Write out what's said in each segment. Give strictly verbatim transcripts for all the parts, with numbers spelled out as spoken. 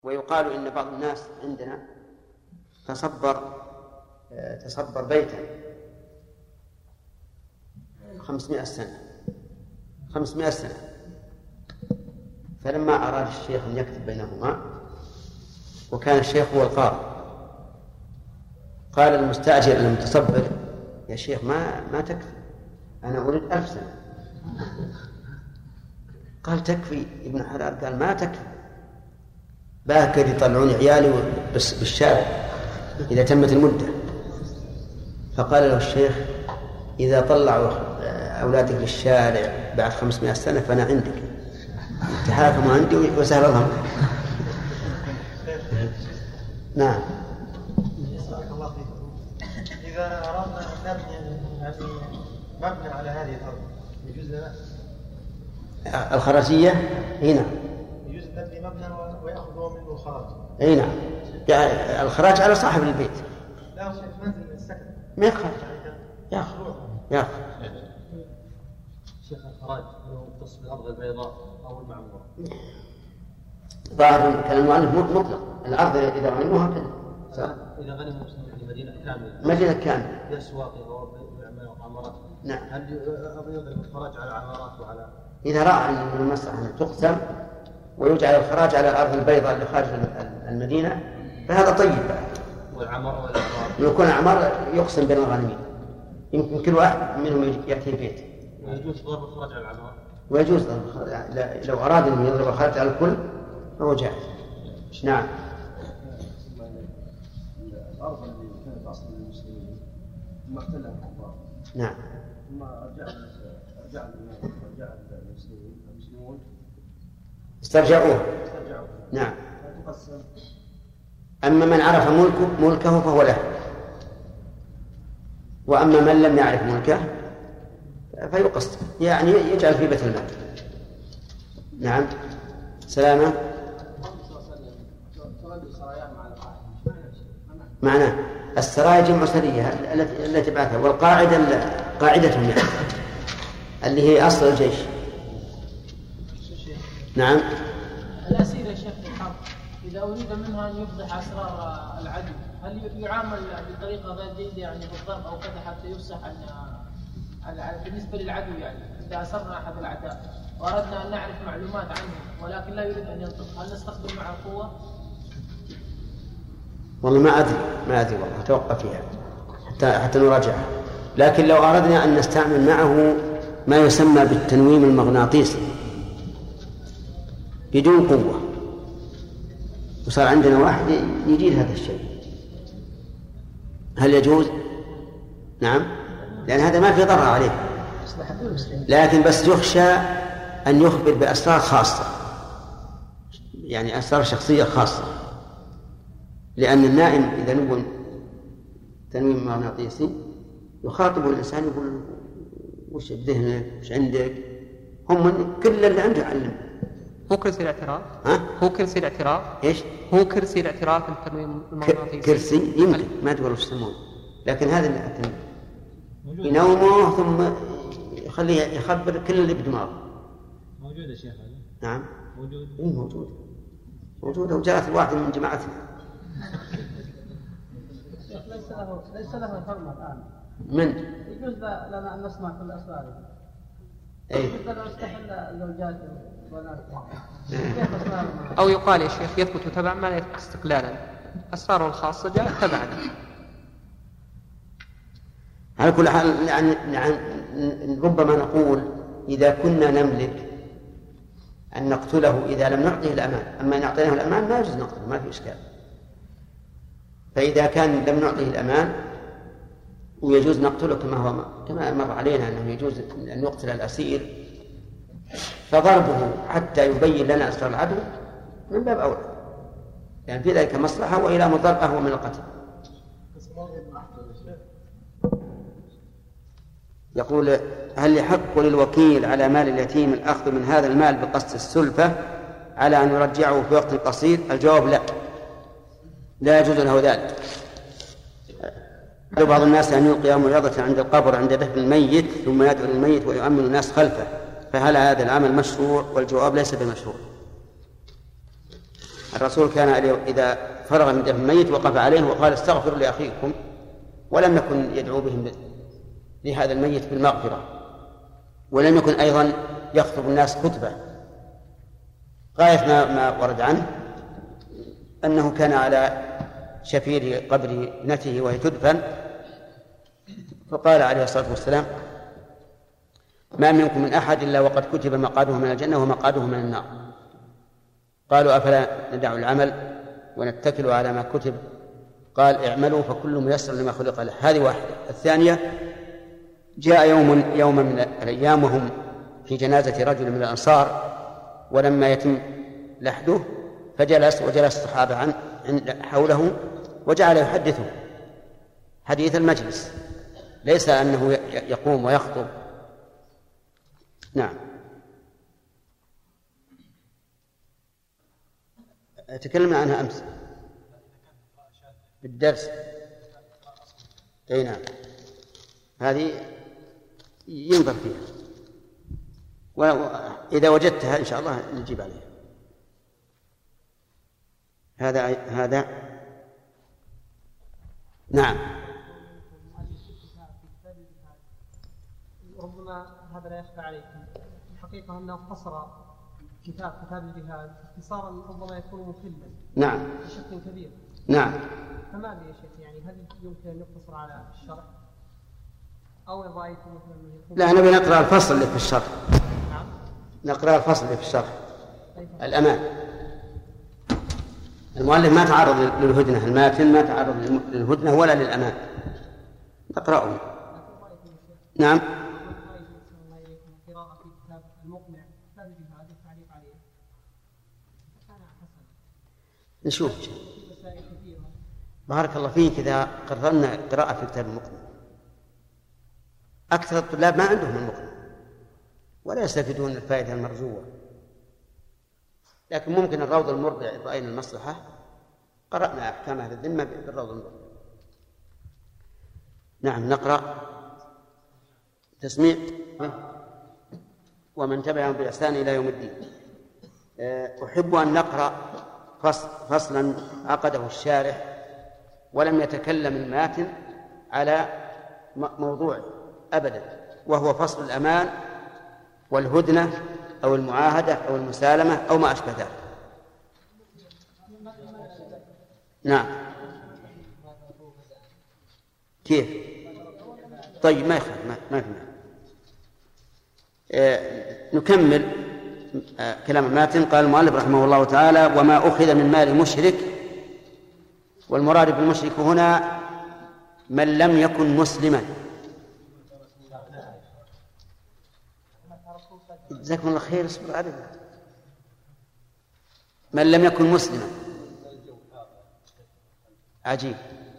ويقال إن بعض الناس عندنا تصبر تصبر بيتا خمسمائة سنة خمسمائة سنة فلما أراد الشيخ أن يكتب بينهما وكان الشيخ هو القاضي قال المستأجر المتصبر يا شيخ ما ما تكفي أنا أريد ألف سنة. قال تكفي ابن حلال. قال ما تكفي باكر يطلعون عيالي بالشارع إذا تمت المدة. فقال له الشيخ إذا طلعوا أولادك للشارع بعد خمسمائة سنة فأنا عندك تحاكموا عندي وسهل الله. نعم. إذا أردنا أن نبني مبنى على هذه الأرض يجوز لنا الخراجية هنا يجوز نبني مبنى ويأخذوا منه الخراج. اي نعم يعني الخراج على صاحب البيت. لا شيخ منزل من السكن ما يخرج ياخذ ياخذ. شيخ الخراج هو مختص بالأرض البيضاء أو المعمورة. ظاهر كلام المؤلف مطلق الأرض إذا غنموها كذا. إذا غنموا مدينة كاملة مدينة كاملة في أسواق وعمارات. نعم. هل يضرب الخراج على العمارات وعلى إذا رأى أن المصلحة تقسم ويجعل الخراج على الأرض البيضاء اللي خارج المدينة فهذا طيب. والعمار والعمار يكون العمار يقسم بين الغانمين يمكن كل واحد منهم يأتي بيت. ويجوز ضرب الخراج على العمار. ويجوز ضرب الخراج لو أراد أن يضرب الخراج على الكل فهو جائز. نعم. الأرض التي كانت أصلا للمسلمين ثم احتلها الكفار. نعم. ثم رجع رجع رجع المسلمين المسلمون استرجعوه. استرجعوه. نعم. تقسم. أما من عرف ملكه ملكه فهو له، وأما من لم يعرف ملكه فيقسم يعني يجعل في بيت المال. نعم. سلامة. معناه السرايا جمع سرية التي التي بعثها والقاعدة قاعدتهم يعني اللي هي أصل الجيش. نعم. الأسير يا شيخ الحرب إذا أريد منها أن يفضح أسرار العدو هل يعامل بطريقة غير جيدة يعني بالضرب أو كذا حتى يفصح عن بالنسبة للعدو يعني إذا أسرنا أحد الأعداء وأردنا أن نعرف معلومات عنه ولكن لا يريد أن ينطق هل نستخدم معه القوة؟ والله ما أدري ما أدري والله أتوقع فيها حتى حتى نراجعها. لكن لو أردنا أن نستعمل معه ما يسمى بالتنويم المغناطيسي بدون قوة وصار عندنا واحد يجيد هذا الشيء هل يجوز؟ نعم. لأن هذا ما في ضرر عليه لكن بس يخشى أن يخبر بأسرار خاصة يعني أسرار شخصية خاصة لأن النائم إذا نبغى تنويم مغناطيسي يخاطب الإنسان يقول وش بذهنك وش عندك هم كل اللي عنده علم. هو كرسي الاعتراف؟ ها؟ هو كرسي الاعتراف؟ إيش؟ هو كرسي الاعتراف التنويم المغناطيسي. كرسي يمكن ما تقول وش يسمونه لكن هذا اللي ينومه ثم يخليه يخبر كل اللي بدماغه. موجود يا شيخ هذا؟ نعم. موجود. إيه موجود. موجود وجاءت الواحد من جماعتنا. ليس له ليس له حرمة الآن. من؟ يجوز لنا أن نسمع كل أسراره. أي. يجوز لنا نستحل الزوجات والبنات. أو يقال يا شيخ يثبت تبعا ما لا يثبت استقلالا. أسراره الخاصة جاءت تبعا. على كل حال يعني ربما نقول إذا كنا نملك أن نقتله إذا لم نعطيه الأمان أما إن أعطيناه الأمان ما يجوز نقتله ما في إشكال. فإذا كان لم نعطيه الأمان ويجوز نقتله كما هو كما مر علينا أنه يجوز أن يقتل الأسير فضربه حتى يبين لنا أسرار العدو من باب أولى يعني في ذلك مصلحة وإلى مضر أهوى من القتل. يقول هل يحق للوكيل على مال اليتيم الأخذ من هذا المال بقصد السلفة على أن يرجعه في وقت قصير؟ الجواب لا لا يجوز له ذلك. بعض الناس أن يلقي موعظة عند القبر عند دفن الميت ثم يدعو للميت ويؤمن الناس خلفه فهل هذا العمل مشروع؟ والجواب ليس بمشروع. الرسول كان إذا فرغ من دفن الميت وقف عليه وقال استغفروا لأخيكم، ولم يكن يدعو بهم لهذا الميت بالمغفرة، ولم يكن أيضا يخطب الناس خطبة. غاية ما, ما ورد عنه أنه كان على شفير قبر ابنته وهي تدفن، فقال عليه الصلاة والسلام: ما منكم من أحد إلا وقد كتب مقعده من الجنة ومقعده من النار. قالوا: أفلا ندع العمل ونتكل على ما كتب؟ قال: اعملوا فكل ميسر لما خلق له. هذه واحدة. الثانية: جاء يوم يوم من الأيام وهم في جنازة رجل من الأنصار، ولما يتم لحده فجلس وجلس الصحابة عن حوله وجعل يحدثه حديث المجلس، ليس أنه يقوم ويخطب. نعم. تكلمنا عنها أمس بالدرس. أي نعم، هذه ينظر فيها، وإذا وجدتها إن شاء الله نجيب عليها. هذا هذا نعم. ربما هذا لا يخفى عليكم، الحقيقة أنه اختصر كتاب كتاب الجهاد اختصارا ربما يكون مخلا نعم بشكل كبير. نعم. فما لي يا شيخ، يعني هل يمكن أن يقتصر على الشرع أو رأيتم مثلا؟ لا، نبي نقرأ الفصل اللي في الشرح. نعم. نقرأ الفصل اللي في الشرح. الأمان. المؤلف ما تعرض للهدنة، الماتن ما تعرض للهدنة ولا للأمان. نقرأه. نعم. نشوف. بارك الله فيك. إذا قررنا قراءة في كتاب المقنع، أكثر الطلاب ما عندهم المقنع ولا يستفيدون الفائدة المرجوة، لكن ممكن الروض المرضع رأينا المصلحة، قرأنا أحكام أهل الذمة بالروض المرضع. نعم. نقرأ تسميع ومن تبعهم بإحسان إلى يوم الدين. أحب أن نقرأ فصلا عقده الشارح ولم يتكلم الماتن على موضوعه أبدا، وهو فصل الأمان والهدنة أو المعاهدة أو المسالمة أو ما أشبه ذلك. نعم. كيف؟ طيب ما يخالف، ما ما يخالف. آه نكمل آه كلام الماتن. قال المؤلف رحمه الله تعالى: وما أخذ من مال مشرك. والمراد بالمشرك هنا من لم يكن مسلما. جزاكم الله خير. اصبر عليه. من لم يكن مسلما. عجيب.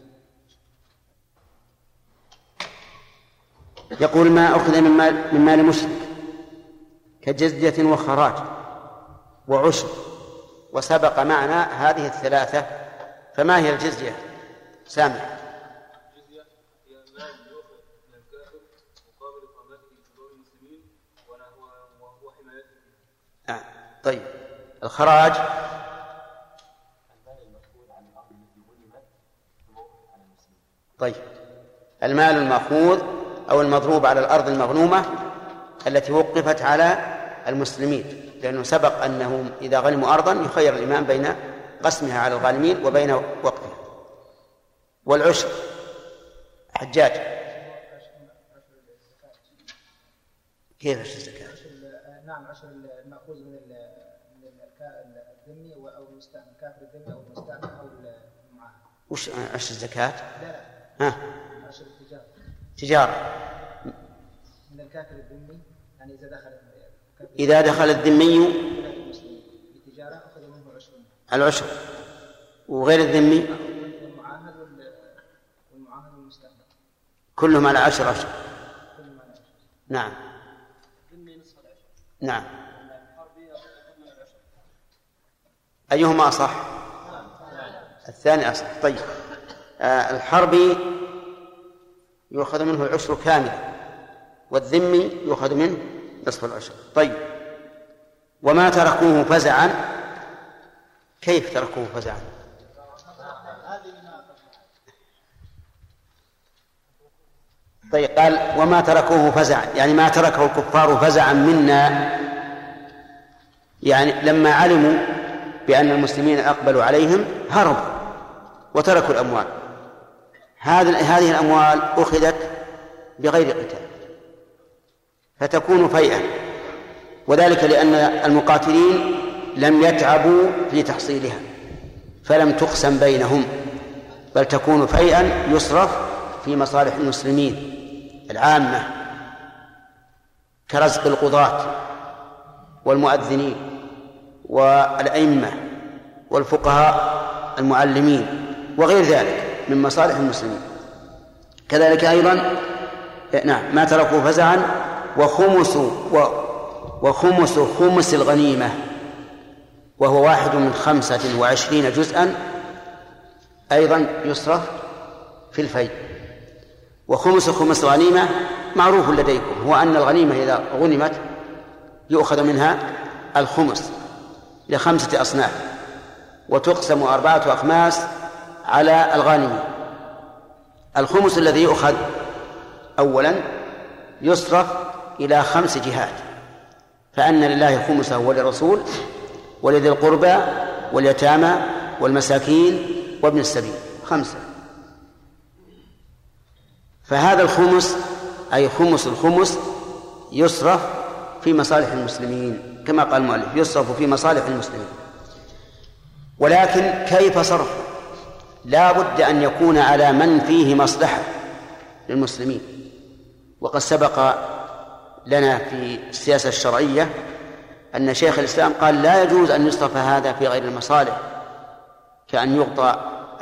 يقول: ما أخذ من مال, من مال مشرك كجزية وخراج وعشر. وسبق معنا هذه الثلاثة، فما هي الجزية؟ سامع. الجزية هي مال يؤخذ من الكافر مقابل إقامته في دور المسلمين وهو حمايته. آه. طيب. الخراج طيب المال المأخوذ أو المضروب على الأرض المغنومة التي وقفت على المسلمين، لأنه سبق أنهم إذا غنموا أرضا يخير الإمام بين قسمها على الغانمين وبين وقفها. والعشر حجاج. كيف عشر الزكاة؟ نعم، عشر المأخوذ من الذمي أو المستأمن، كافر الذمي أو المستأمن أو المعاهد. وش عشر الزكاة؟ لا لا. ها؟ عشر التجارة. تجارة. من الكافر الذمي، يعني إذا دخل إذا دخل الذمي بتجارة أخذ منه عشر. العشر. وغير الذمي والمعاهد والمعاهد والمستأمن كلهم على عشر عشر. كلهم على عشر. نعم. نعم. أيهما أصح؟ الثاني أصح. طيب. آه الحربي يؤخذ منه العشر كاملا، والذمي يؤخذ منه نصف العشر. طيب. وما تركوه فزعا كيف تركوه فزعا؟ طيب قال وما تركوه فزعا، يعني ما تركه الكفار فزعا منا، يعني لما علموا بأن المسلمين أقبلوا عليهم هربوا وتركوا الأموال. هذه الأموال أخذت بغير قتال فتكون فيئا، وذلك لأن المقاتلين لم يتعبوا في تحصيلها فلم تقسم بينهم، بل تكون فيئا يصرف في مصالح المسلمين العامة كرزق القضاة والمؤذنين والأئمة والفقهاء المعلمين وغير ذلك من مصالح المسلمين. كذلك أيضا نعم ما تركوا فزعا وخمس وخمس خمس الغنيمة، وهو واحد من خمسة وعشرين جزءا، أيضا يصرف في الفيء. وخمس خمس الغنيمة معروف لديكم، هو أن الغنيمة إذا غنمت يؤخذ منها الخمس لخمسة أصناف، وتقسم أربعة أخماس على الغانم. الخمس الذي يؤخذ أولا يصرف إلى خمس جهات، فأن لله خمسه وللرسول ولذي القربى واليتامى والمساكين وابن السبيل، خمسة. فهذا الخمس أي خمس الخمس يصرف في مصالح المسلمين كما قال المؤلف، يصرف في مصالح المسلمين. ولكن كيف صرفه؟ لا بد أن يكون على من فيه مصلحة للمسلمين. وقد سبق لنا في السياسة الشرعية أن شيخ الإسلام قال لا يجوز أن يصرف هذا في غير المصالح، كأن يغطى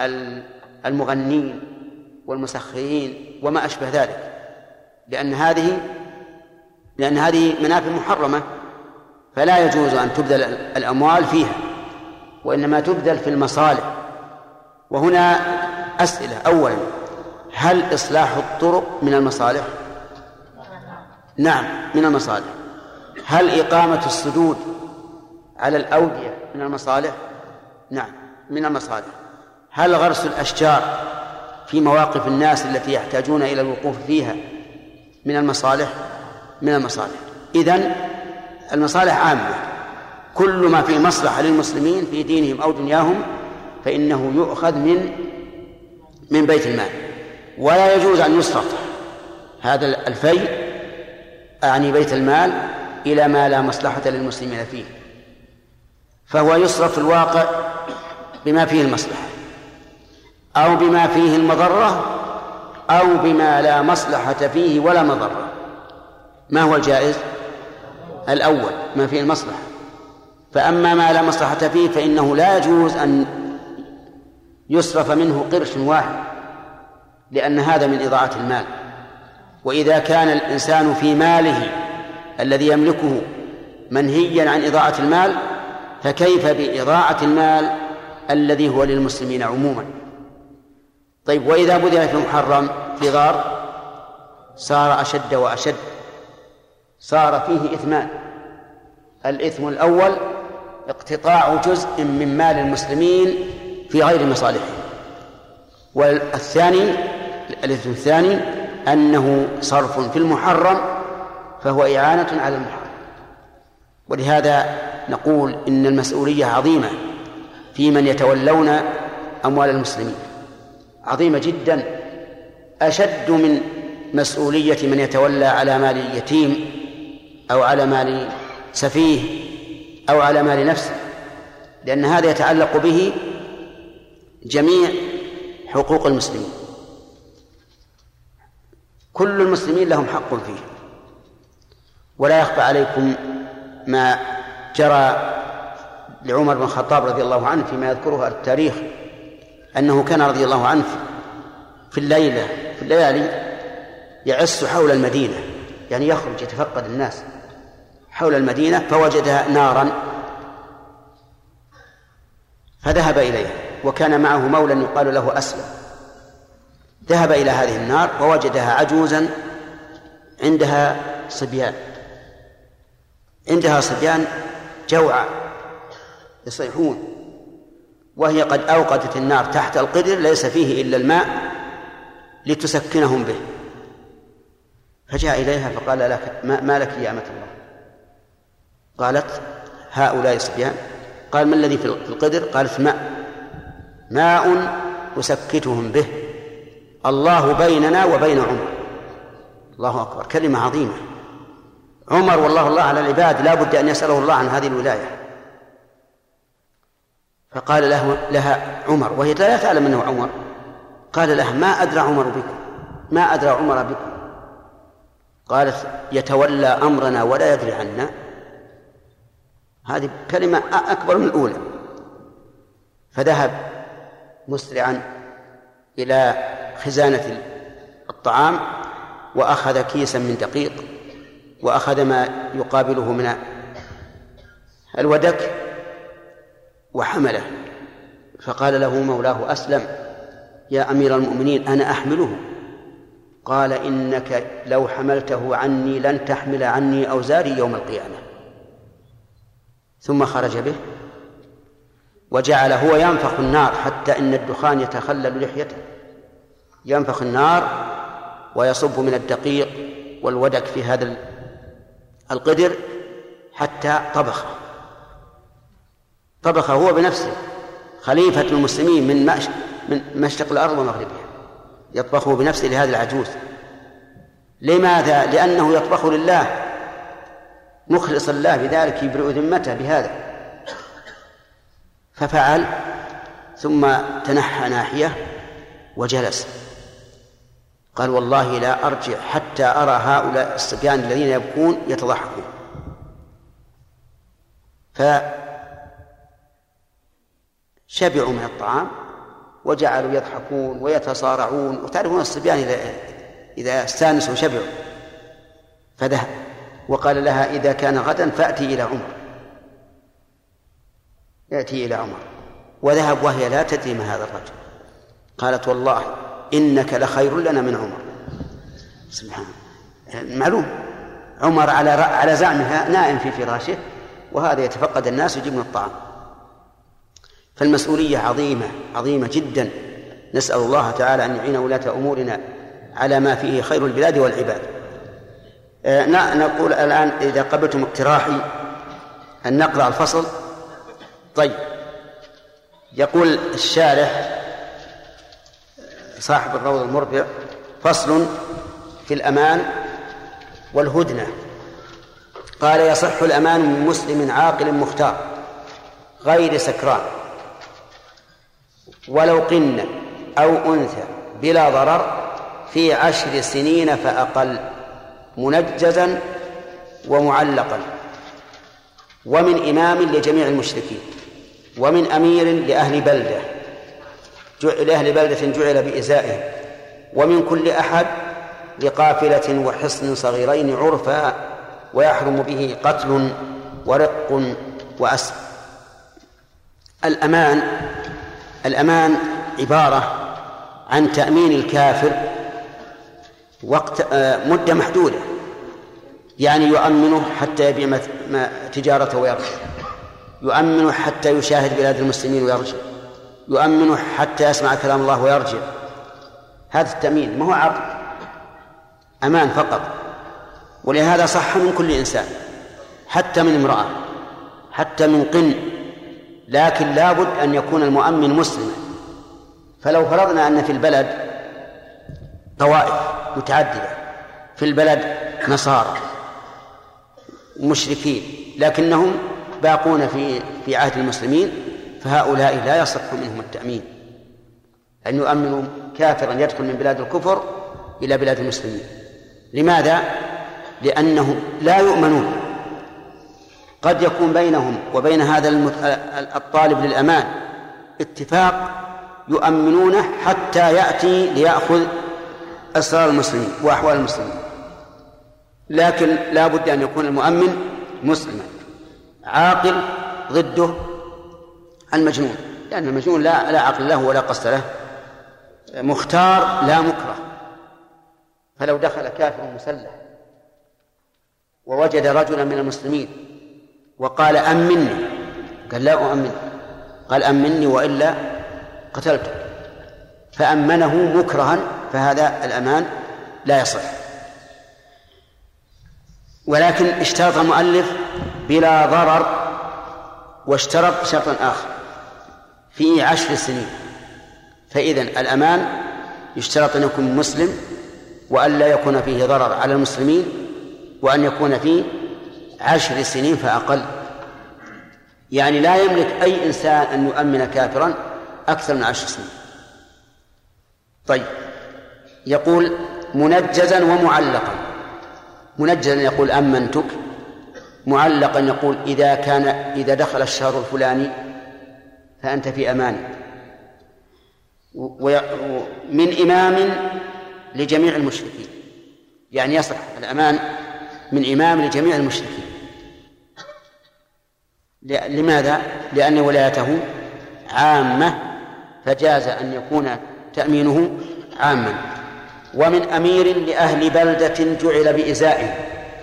المغنين والمسخرين وما أشبه ذلك، لأن هذه لأن هذه منافع محرمة، فلا يجوز أن تبذل الأموال فيها، وإنما تبذل في المصالح. وهنا أسئلة. أولا، هل إصلاح الطرق من المصالح؟ نعم من المصالح. هل إقامة السدود على الأودية من المصالح؟ نعم من المصالح. هل غرس الأشجار في مواقف الناس التي يحتاجون إلى الوقوف فيها من المصالح؟ من المصالح. إذن المصالح عامة، كل ما فيه مصلحة للمسلمين في دينهم أو دنياهم فإنه يؤخذ من من بيت المال، ولا يجوز أن يصرف هذا الفيء أعني بيت المال إلى ما لا مصلحة للمسلمين فيه، فهو يصرف في الواقع بما فيه المصلحة أو بما فيه المضرة أو بما لا مصلحة فيه ولا مضرة. ما هو الجائز؟ الأول ما فيه المصلحة. فأما ما لا مصلحة فيه فإنه لا يجوز أن يصرف منه قرش واحد، لأن هذا من إضاعة المال. وإذا كان الإنسان في ماله الذي يملكه منهيا عن إضاعة المال، فكيف بإضاعة المال الذي هو للمسلمين عموما؟ طيب، وإذا بذل في محرم في غار صار أشد وأشد، صار فيه إثمان. الإثم الأول اقتطاع جزء من مال المسلمين في غير مصالحهم، والثاني الإثم الثاني أنه صرف في المحرم فهو إعانة على المحرم. ولهذا نقول إن المسؤولية عظيمة في من يتولون أموال المسلمين، عظيمة جدا، أشد من مسؤولية من يتولى على مال اليتيم أو على مال سفيه أو على مال نفسه، لأن هذا يتعلق به جميع حقوق المسلمين، كل المسلمين لهم حق فيه. ولا يخفى عليكم ما جرى لعمر بن الخطاب رضي الله عنه فيما يذكره التاريخ، أنه كان رضي الله عنه في الليلة في الليالي يعس حول المدينة، يعني يخرج يتفقد الناس حول المدينة، فوجدها نارا فذهب إليها، وكان معه مولى يقال له أسلم. ذهب إلى هذه النار ووجدها عجوزا عندها صبيان عندها صبيان جوعى يصيحون، وهي قد أوقدت النار تحت القدر ليس فيه إلا الماء لتسكنهم به، فجاء إليها فقال لك ما لك يا أمة الله؟ قالت هؤلاء الصبيان. قال ما الذي في القدر؟ قالت ماء ماء أسكتهم به، الله بيننا وبين عمر. الله أكبر، كلمة عظيمة. عمر والله الله على العباد لا بد أن يسأله الله عن هذه الولاية. فقال له لها عمر وهي لا تعلم أنه عمر، قال لها ما أدرى عمر بكم، ما أدرى عمر بكم. قالت يتولى أمرنا ولا يدري عنا. هذه كلمة أكبر من الأولى. فذهب مسرعا إلى خزانة الطعام وأخذ كيسا من دقيق وأخذ ما يقابله من الودك وحمله، فقال له مولاه أسلم يا أمير المؤمنين أنا أحمله. قال إنك لو حملته عني لن تحمل عني أوزاري يوم القيامة. ثم خرج به وجعل هو ينفخ النار حتى إن الدخان يتخلل لحيته، ينفخ النار ويصب من الدقيق والودك في هذا القدر حتى طبخ طبخ هو بنفسه، خليفة المسلمين من من مشرق الأرض ومغربها، يطبخه بنفسه لهذه العجوز. لماذا؟ لأنه يطبخ لله مخلصا الله بذلك، يبرئ ذمته بهذا. ففعل ثم تنحى ناحية وجلس. قال والله لا أرجع حتى أرى هؤلاء الصبيان الذين يبكون يتضحكون. فشبعوا من الطعام وجعلوا يضحكون ويتصارعون، وتعرفون الصبيان إذا إذا استانسوا شبعوا. فذهب وقال لها إذا كان غدا فأتي إلى عمر، يأتي إلى عمر. وذهب وهي لا تدري ما هذا الرجل. قالت والله إنك لخير لنا من عمر. سبحان الله، معلوم عمر على على زعمها نائم في فراشه، وهذا يتفقد الناس ويجيب من الطعام. فالمسؤولية عظيمة عظيمة جدا. نسأل الله تعالى أن يعين ولاة أمورنا على ما فيه خير البلاد والعباد. آه نقول الآن إذا قبلتم اقتراحي أن نقرأ الفصل. طيب، يقول الشارح صاحب الروض المربع: فصل في الأمان والهدنة. قال: يصح الأمان من مسلم عاقل مختار غير سكران ولو قن أو أنثى بلا ضرر في عشر سنين فأقل، منجزا ومعلقا، ومن إمام لجميع المشركين، ومن أمير لأهل بلدة لأهل بلدة جعل بإزائهم، ومن كل أحد لقافلة وحصن صغيرين عرفا، ويحرم به قتل ورق وأسر. الأمان الأمان عبارة عن تأمين الكافر وقت مدة محدودة، يعني يؤمنه حتى يبيع تجارته ويرجع، يؤمنه حتى يشاهد بلاد المسلمين ويرجع، يؤمنه حتى يسمع كلام الله ويرجع. هذا التأمين ما هو عقد، أمان فقط. ولهذا صح من كل إنسان، حتى من امرأة، حتى من قن، لكن لا بد أن يكون المؤمن مسلما. فلو فرضنا أن في البلد طوائف متعددة، في البلد نصارى مشركين لكنهم باقون في في عهد المسلمين، فهؤلاء لا يصح منهم التأمين، أن يؤمنوا كافرا يدخل من بلاد الكفر إلى بلاد المسلمين. لماذا؟ لأنهم لا يؤمنون. قد يكون بينهم وبين هذا الطالب للأمان اتفاق يؤمنونه حتى يأتي ليأخذ أسرار المسلمين وأحوال المسلمين، لكن لا بد أن يكون المؤمن مسلما عاقل، ضده المجنون، لأن المجنون لا لا عقل له ولا قصد له، مختار لا مكره. فلو دخل كافر مسلح ووجد رجلا من المسلمين وقال أمني، قال لا أؤمن، قال أمني وإلا قتلتك، فأمنه مكرها، فهذا الأمان لا يصح. ولكن اشترط المؤلف بلا ضرر، واشترط شرطا آخر في عشر سنين. فإذن الأمان يشترط أن يكون مسلم، وأن لا يكون فيه ضرر على المسلمين، وأن يكون فيه عشر سنين فأقل. يعني لا يملك أي إنسان أن يؤمن كافرا أكثر من عشر سنين. طيب، يقول منجزا ومعلقا. منجزا يقول أمنتك، معلقا يقول إذا كان إذا دخل الشهر الفلاني فأنت في أمان. من إمام لجميع المشركين، يعني يصح الأمان من إمام لجميع المشركين. لماذا؟ لأن ولايته عامة، فجاز أن يكون تأمينه عاما. ومن أمير لأهل بلدة جعل بإزائه،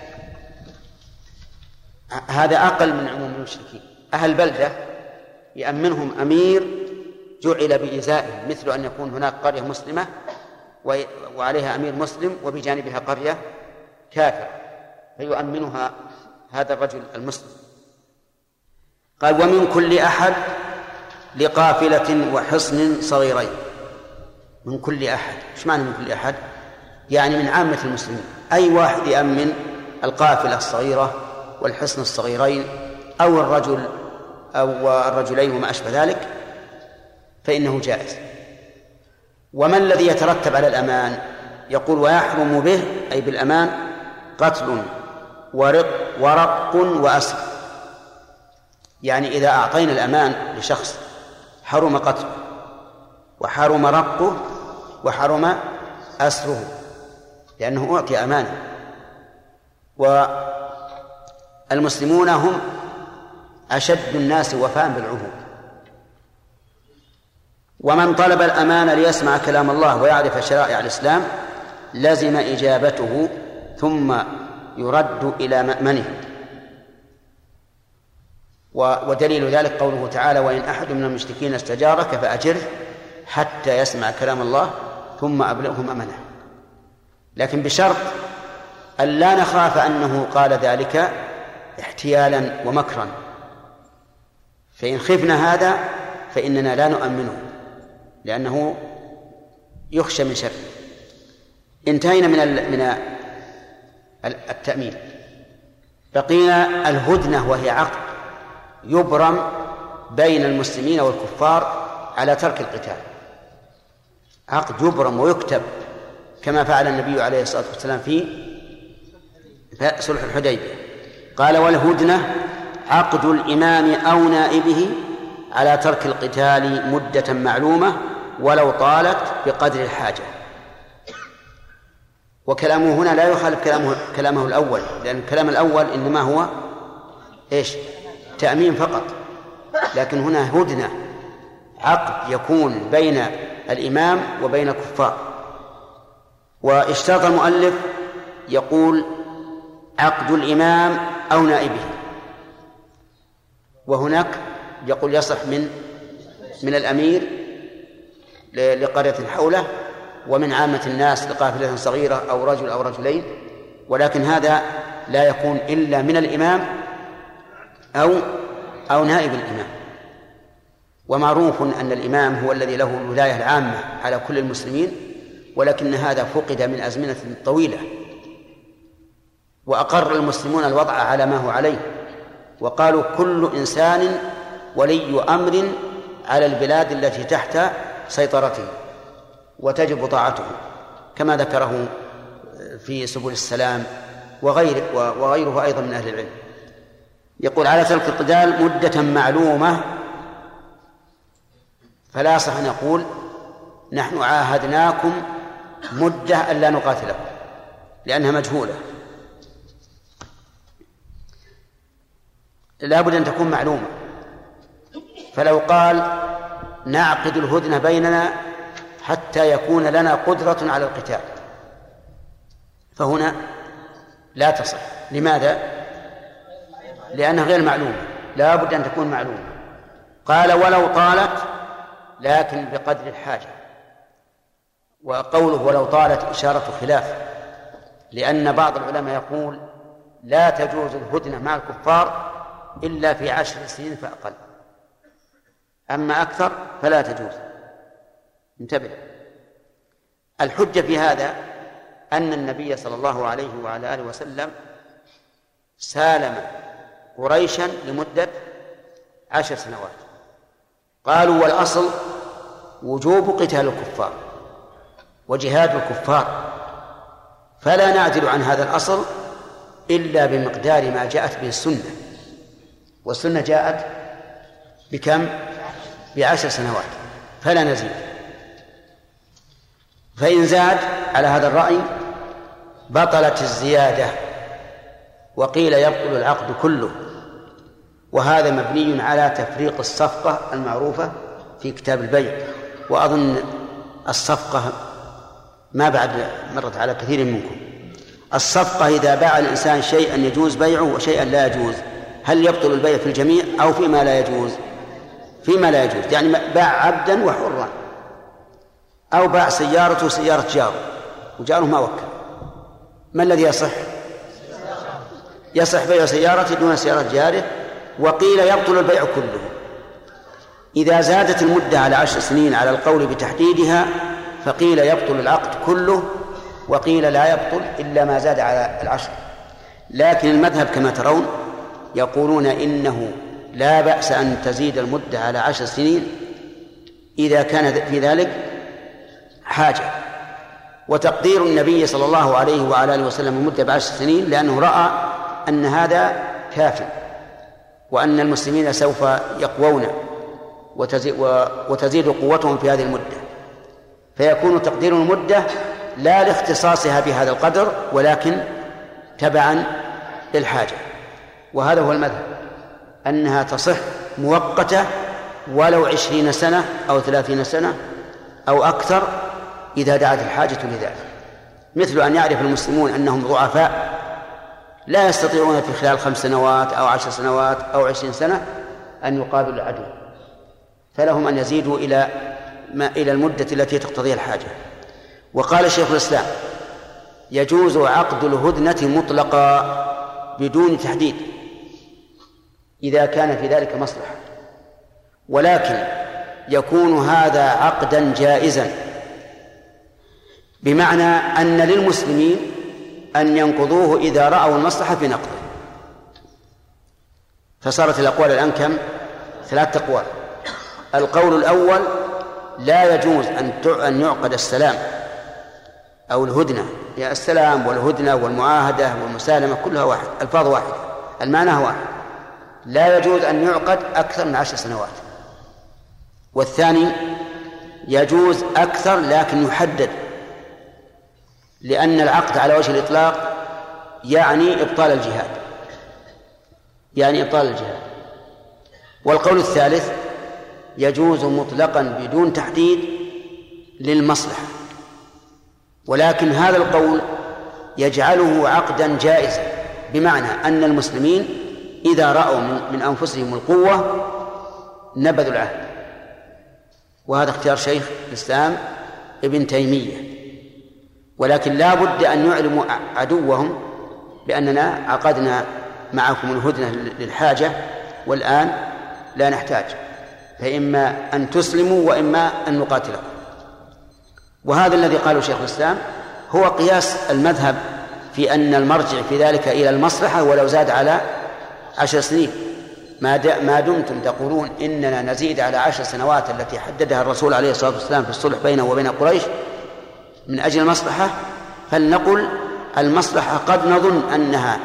هذا أقل من عموم المشركين. أهل بلدة يأمنهم أمير جعل بإزائه، مثل أن يكون هناك قرية مسلمة وعليها أمير مسلم وبجانبها قرية كافر، فيؤمنها هذا الرجل المسلم. قال ومن كل أحد لقافلة وحصن صغيرين. من كل أحد، ايش معنى من كل أحد؟ يعني من عامة المسلمين، أي واحد يأمن القافلة الصغيرة والحصن الصغيرين أو الرجل أو الرجلين وما أشبه ذلك فإنه جائز. وما الذي يترتب على الأمان؟ يقول ويحرم به أي بالأمان قتل ورق ورق وأسر. يعني إذا أعطينا الأمان لشخص حرم قتله وحرم رقه وحرم أسره، لأنه أعطي أمانة. والمسلمون هم أشد الناس وفاء بالعهود. ومن طلب الأمان ليسمع كلام الله ويعرف شرائع الإسلام لزم إجابته ثم يرد إلى مأمنه. ودليل ذلك قوله تعالى وإن أحد من المشركين استجارك فأجره حتى يسمع كلام الله ثم أبلغه مأمنه، لكن بشرط أن لا نخاف أنه قال ذلك احتيالا ومكرا، فإن خفنا هذا فإننا لا نؤمنه لأنه يخشى من شر. انتهينا من من التأمين، بقينا الهدنة وهي عقد يبرم بين المسلمين والكفار على ترك القتال. عقد يبرم ويكتب كما فعل النبي عليه الصلاة والسلام في صلح الحديبية. قال والهدنة عقد الإمام أو نائبه على ترك القتال مدة معلومة ولو طالت بقدر الحاجة. وكلامه هنا لا يخالف كلامه, كلامه الأول، لأن الكلام الأول إنما هو إيش؟ تأمين فقط، لكن هنا هدنة عقد يكون بين الإمام وبين الكفار. واشترط المؤلف يقول عقد الإمام أو نائبه، وهناك يقول يصح من من الأمير لقرية حوله ومن عامة الناس لقافلة صغيرة أو رجل أو رجلين، ولكن هذا لا يكون إلا من الإمام أو أو نائب الإمام. ومعروف أن الإمام هو الذي له الولاية العامة على كل المسلمين، ولكن هذا فقد من أزمنة طويلة، وأقر المسلمون الوضع على ما هو عليه، وقالوا كل إنسان ولي أمر على البلاد التي تحت سيطرته وتجب طاعته، كما ذكره في سبل السلام وغيره, وغيره أيضا من أهل العلم. يقول على ترك القتال مدة معلومة، فلا يصح أن يقول نحن عاهدناكم مدة ألا نقاتلكم، لأنها مجهولة، لا بد أن تكون معلومة. فلو قال نعقد الهدنة بيننا حتى يكون لنا قدرة على القتال فهنا لا تصح. لماذا؟ لأنها غير معلومة، لا بد أن تكون معلومة. قال ولو طالت لكن بقدر الحاجة. وقوله ولو طالت إشارة خلاف، لأن بعض العلماء يقول لا تجوز الهدنة مع الكفار إلا في عشر سنين فأقل، أما أكثر فلا تجوز. انتبه. الحجة في هذا أن النبي صلى الله عليه وعلى آله وسلم سالم قريشا لمدة عشر سنوات. قالوا والأصل وجوب قتال الكفار وجهاد الكفار، فلا نعدل عن هذا الأصل إلا بمقدار ما جاءت به السنة، والسنة جاءت بكم؟ بعشر سنوات، فلا نزيد. فإن زاد على هذا الرأي بطلت الزيادة، وقيل يبطل العقد كله، وهذا مبني على تفريق الصفقة المعروفة في كتاب البيع. وأظن الصفقة ما بعد مرت على كثير منكم. الصفقة إذا باع الإنسان شيئا يجوز بيعه وشيئا لا يجوز، هل يبطل البيع في الجميع أو فيما لا يجوز؟ فيما لا يجوز، يعني باع عبدا وحرا، أو باع سيارته وسيارة جاره وجاره ما وكل، ما الذي يصح؟ يصح بيع سيارته دون سيارة جاره. وقيل يبطل البيع كله. إذا زادت المدة على عشر سنين على القول بتحديدها فقيل يبطل العقد كله، وقيل لا يبطل إلا ما زاد على العشر. لكن المذهب كما ترون يقولون إنه لا بأس أن تزيد المدة على عشر سنين إذا كان في ذلك حاجة. وتقدير النبي صلى الله عليه وعلى آله وسلم المدة بعشر سنين لأنه رأى أن هذا كافٍ، وأن المسلمين سوف يقوون وتزيد قوتهم في هذه المدة، فيكون تقدير المدة لا لاختصاصها بهذا القدر ولكن تبعا للحاجة. وهذا هو المذهب، أنها تصح مؤقتة ولو عشرين سنة أو ثلاثين سنة أو أكثر إذا دعت الحاجة لذلك. مثل أن يعرف المسلمون أنهم ضعفاء لا يستطيعون في خلال خمس سنوات أو عشر سنوات أو عشرين سنة أن يقابلوا العدو، فلهم أن يزيدوا إلى ما إلى المدة التي تقتضيها الحاجة. وقال شيخ الإسلام يجوز عقد الهدنة مطلقا بدون تحديد إذا كان في ذلك مصلحة، ولكن يكون هذا عقدا جائزا، بمعنى أن للمسلمين أن ينقضوه إذا رأوا المصلحة في نقضه. فصارت الأقوال الآن كم؟ ثلاثة أقوال. القول الأول لا يجوز أن يعقد السلام أو الهدنة، يا السلام والهدنة والمعاهدة والمسالمة كلها واحد، الفاظ واحدة، المعنى هو واحد، لا يجوز أن يعقد أكثر من عشر سنوات. والثاني يجوز أكثر لكن يحدد، لأن العقد على وجه الإطلاق يعني إبطال الجهاد، يعني إبطال الجهاد. والقول الثالث يجوز مطلقا بدون تحديد للمصلحة، ولكن هذا القول يجعله عقدا جائزا، بمعنى أن المسلمين إذا رأوا من أنفسهم القوة نبذوا العهد. وهذا اختيار شيخ الإسلام ابن تيمية. ولكن لا بد أن يعلموا عدوهم بأننا عقدنا معكم الهدنة للحاجة والآن لا نحتاج، فإما أن تسلموا وإما أن نقاتلكم. وهذا الذي قاله شيخ الإسلام هو قياس المذهب في أن المرجع في ذلك إلى المصلحة ولو زاد على عشر سنين، ما دمتم تقولون إننا نزيد على عشر سنوات التي حددها الرسول عليه الصلاة والسلام في الصلح بينه وبين قريش من أجل المصلحة، فلنقل المصلحة قد نظن أنها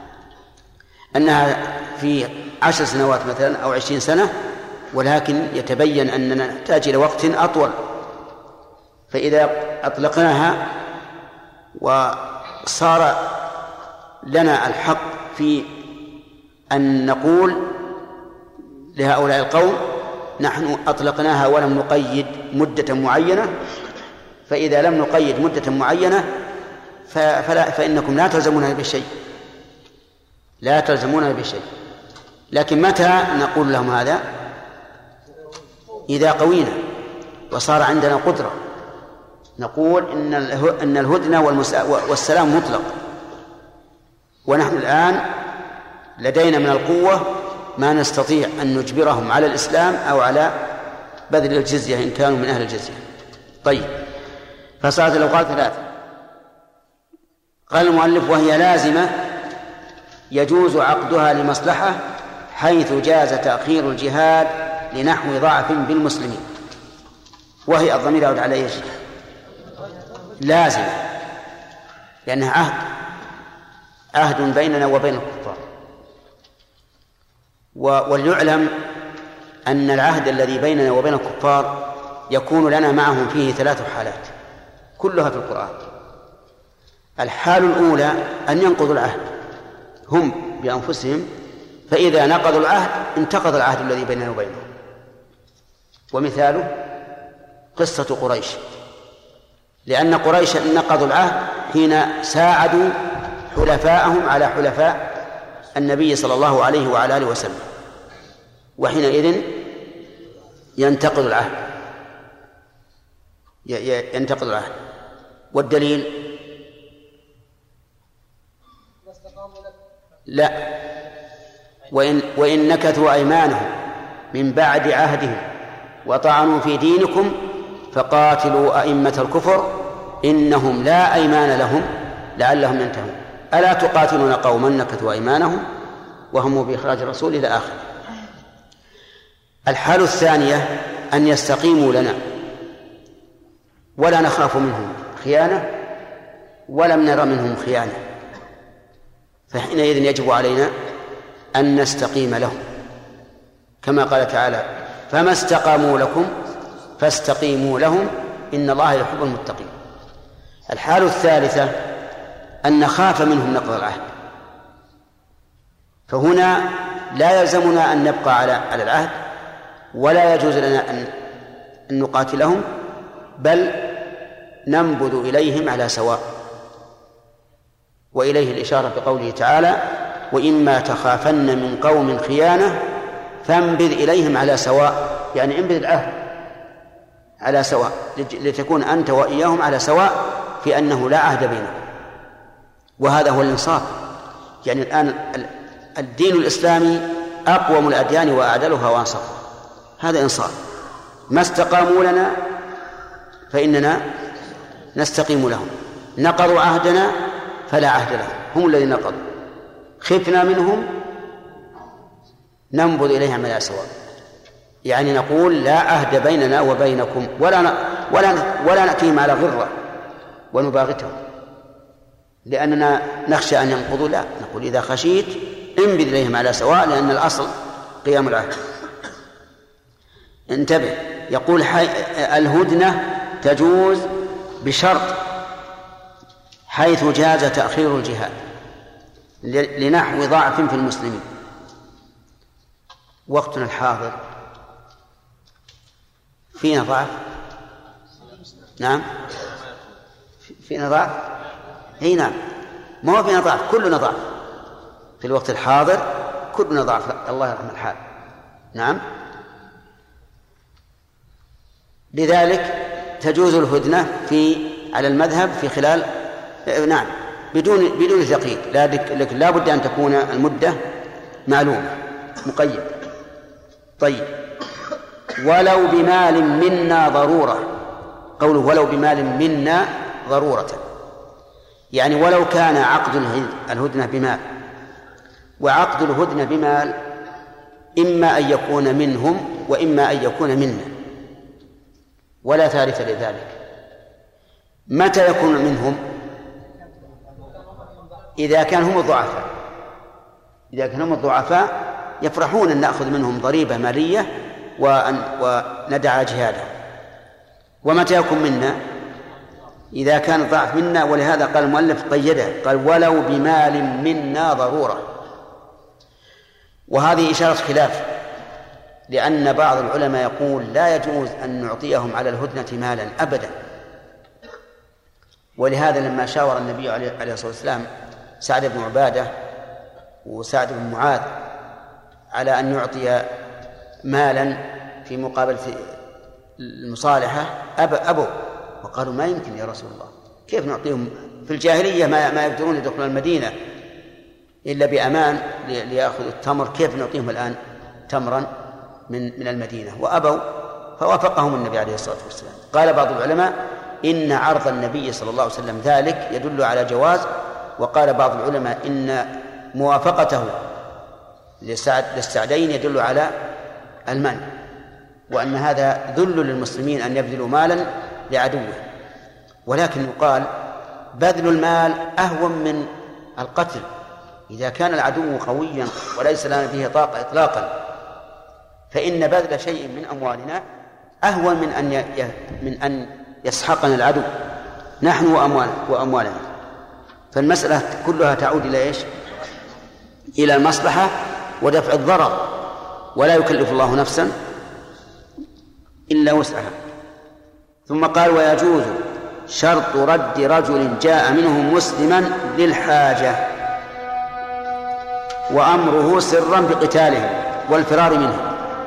أنها في عشر سنوات مثلا أو عشرين سنة، ولكن يتبين أننا نحتاج إلى وقت أطول، فإذا أطلقناها وصار لنا الحق في أن نقول لهؤلاء القوم نحن أطلقناها ولم نقيد مدة معينة، فإذا لم نقيد مدة معينة فلا فإنكم لا تلزمونها بشيء، لا تلزمونها بشيء. لكن متى نقول لهم هذا؟ إذا قوينا وصار عندنا قدرة نقول إن أن الهدنة والسلام مطلق، ونحن الآن لدينا من القوة ما نستطيع أن نجبرهم على الإسلام أو على بذل الجزية إن كانوا من أهل الجزية. طيب، فصارت الأوقات ثلاثة. قال المؤلف: وهي لازمة يجوز عقدها لمصلحة حيث جاز تأخير الجهاد لنحو ضعف بالمسلمين. وهي الضمير يعود على ايش؟ لازمة، لأنها عهد عهد بيننا وبين الكفار. وليعلم أن العهد الذي بيننا وبين الكفار يكون لنا معهم فيه ثلاث حالات كلها في القرآن. الحال الأولى أن ينقضوا العهد هم بأنفسهم، فإذا نقضوا العهد انتقض العهد الذي بيننا وبينهم. ومثاله قصة قريش، لأن قريش نقضوا العهد حين ساعدوا حلفاءهم على حلفاء النبي صلى الله عليه وعلى آله وسلم، وحينئذ ينتقض العهد ينتقض العهد. والدليل لا، وإن, وإن نكثوا أيمانهم من بعد عهدهم وطعنوا في دينكم فقاتلوا أئمة الكفر إنهم لا أيمان لهم لعلهم ينتهون ألا تقاتلون قوما نكثوا أيمانهم وهم بإخراج الرسول إلى آخر. الحالة الثانية أن يستقيموا لنا ولا نخاف منهم خيانة ولم نرى منهم خيانة، فحينئذ يجب علينا أن نستقيم لهم، كما قال تعالى: فما استقاموا لكم فاستقيموا لهم إن الله يحب المتقين. الحالة الثالثة أن نخاف منهم نقض العهد، فهنا لا يلزمنا أن نبقى على على العهد ولا يجوز لنا أن نقاتلهم، بل ننبذ إليهم على سواء. وإليه الإشارة بقوله تعالى: وإما تخافن من قوم خيانة فانبذ إليهم على سواء، يعني انبذ العهد على سواء لتكون أنت وإياهم على سواء في أنه لا عهد بينهم. وهذا هو الإنصاف. يعني الآن الدين الإسلامي أقوم الأديان وأعدلها وأنصفها، هذا إنصاف. ما استقاموا لنا فإننا نستقيم لهم، نقضوا عهدنا فلا عهد لهم، هم الذين نقضوا، خفنا منهم ننبذ إليهم على سواء، يعني نقول لا عهد بيننا وبينكم ولا ولا ولا نأتيهم على غرة ونباغتهم لأننا نخشى أن ينقضوا، لا، نقول إذا خشيت انبذ إليهم على سواء، لأن الأصل قيام العهد. انتبه، يقول الهدنة تجوز بشرط حيث جاز تأخير الجهاد لنحو ضعف في المسلمين. وقتنا الحاضر فينا ضعف، نعم فينا ضعف، اي نعم، ما هو فينا ضعف، كلنا ضعف في الوقت الحاضر، كلنا ضعف، الله يرحم الحال. نعم، لذلك تجوز الهدنة في على المذهب في خلال نعم بدون بدون تقييد، لكن لا بد أن تكون المدة معلومة مقيدة. طيب، ولو بمال منا ضرورة، قوله ولو بمال منا ضرورة، يعني ولو كان عقد الهدنة بمال، وعقد الهدنة بمال إما أن يكون منهم وإما أن يكون منا، ولا ثالث لذلك. متى يكون منهم؟ إذا كان هم الضعفاء، إذا كان هم الضعفاء يفرحون أن نأخذ منهم ضريبة مالية وأن وندع جهادهم. ومتى يكون منا؟ إذا كان الضعف منا، ولهذا قال المؤلف قيده، قال ولو بمال منا ضرورة. وهذه إشارة خلاف، لأن بعض العلماء يقول لا يجوز أن نعطيهم على الهدنة مالا أبدا. ولهذا لما شاور النبي عليه الصلاة والسلام سعد بن عبادة وسعد بن معاذ على أن يعطي مالا في مقابل المصالحة أبوا وقالوا ما يمكن يا رسول الله، كيف نعطيهم في الجاهلية ما ما يقدرون يدخلون المدينة إلا بأمان ليأخذوا التمر، كيف نعطيهم الآن تمرا من من المدينة؟ وأبوا، فوافقهم النبي عليه الصلاة والسلام. قال بعض العلماء إن عرض النبي صلى الله عليه وسلم ذلك يدل على جواز، وقال بعض العلماء إن موافقته للسعدين يدل على المنع، وأن هذا ذل للمسلمين أن يبذلوا مالا لعدوه. ولكن يقال بذل المال أهون من القتل إذا كان العدو قويا وليس لنا فيه طاقة إطلاقا، فإن بذل شيء من أموالنا أهون من أن من أن يسحقنا العدو نحن وأموال وأموالنا. فالمسألة كلها تعود إلى إيش؟ إلى المصلحة ودفع الضرر، ولا يكلف الله نفسا إلا وسعها. ثم قال ويجوز شرط رد رجل جاء منه مسلما للحاجة وأمره سرا بقتاله والفرار منه.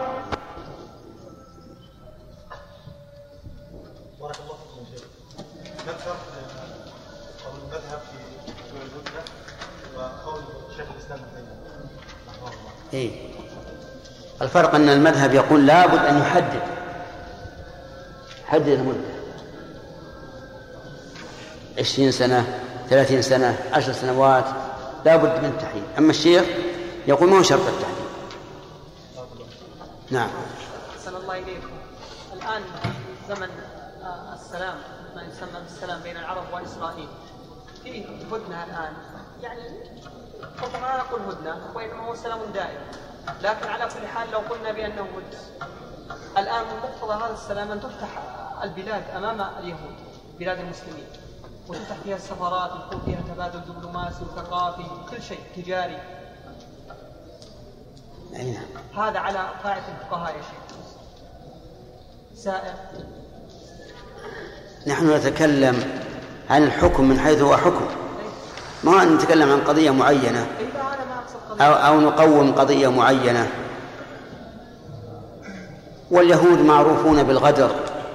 بارك الله فيكم شيخ. ما الفرق قول المذهب في موضوع المدة وقول شيخ الإسلام ابن تيمية رحمه الله؟ إيه الفرق أن المذهب يقول لابد أن يحدد حدد المدة عشرين سنة ثلاثين سنة عشر سنوات لابد من التحديد. أما الشيخ يقول ما هو شرط التحديد. نعم. أحسن الله إليكم. الآن زمن السلام ما يسمى بالسلام بين العرب وإسرائيل فيه هدنة الآن، يعني ربما لا نقول هدنة وإنما هو سلام دائم، لكن على كل حال لو قلنا بأنه هدنة الآن من مقتضى هذا السلام أن تفتح البلاد أمام اليهود بلاد المسلمين وتفتح فيها السفارات ويكون فيها تبادل دبلوماسي وثقافي كل شيء تجاري. أين؟ هذا على قاعدة الفقهاء يا شيخ سائر. نحن نتكلم عن الحكم من حيث هو حكم، ما نتكلم عن قضية معينة أو, أو نقوم قضية معينة. واليهود معروفون بالغدر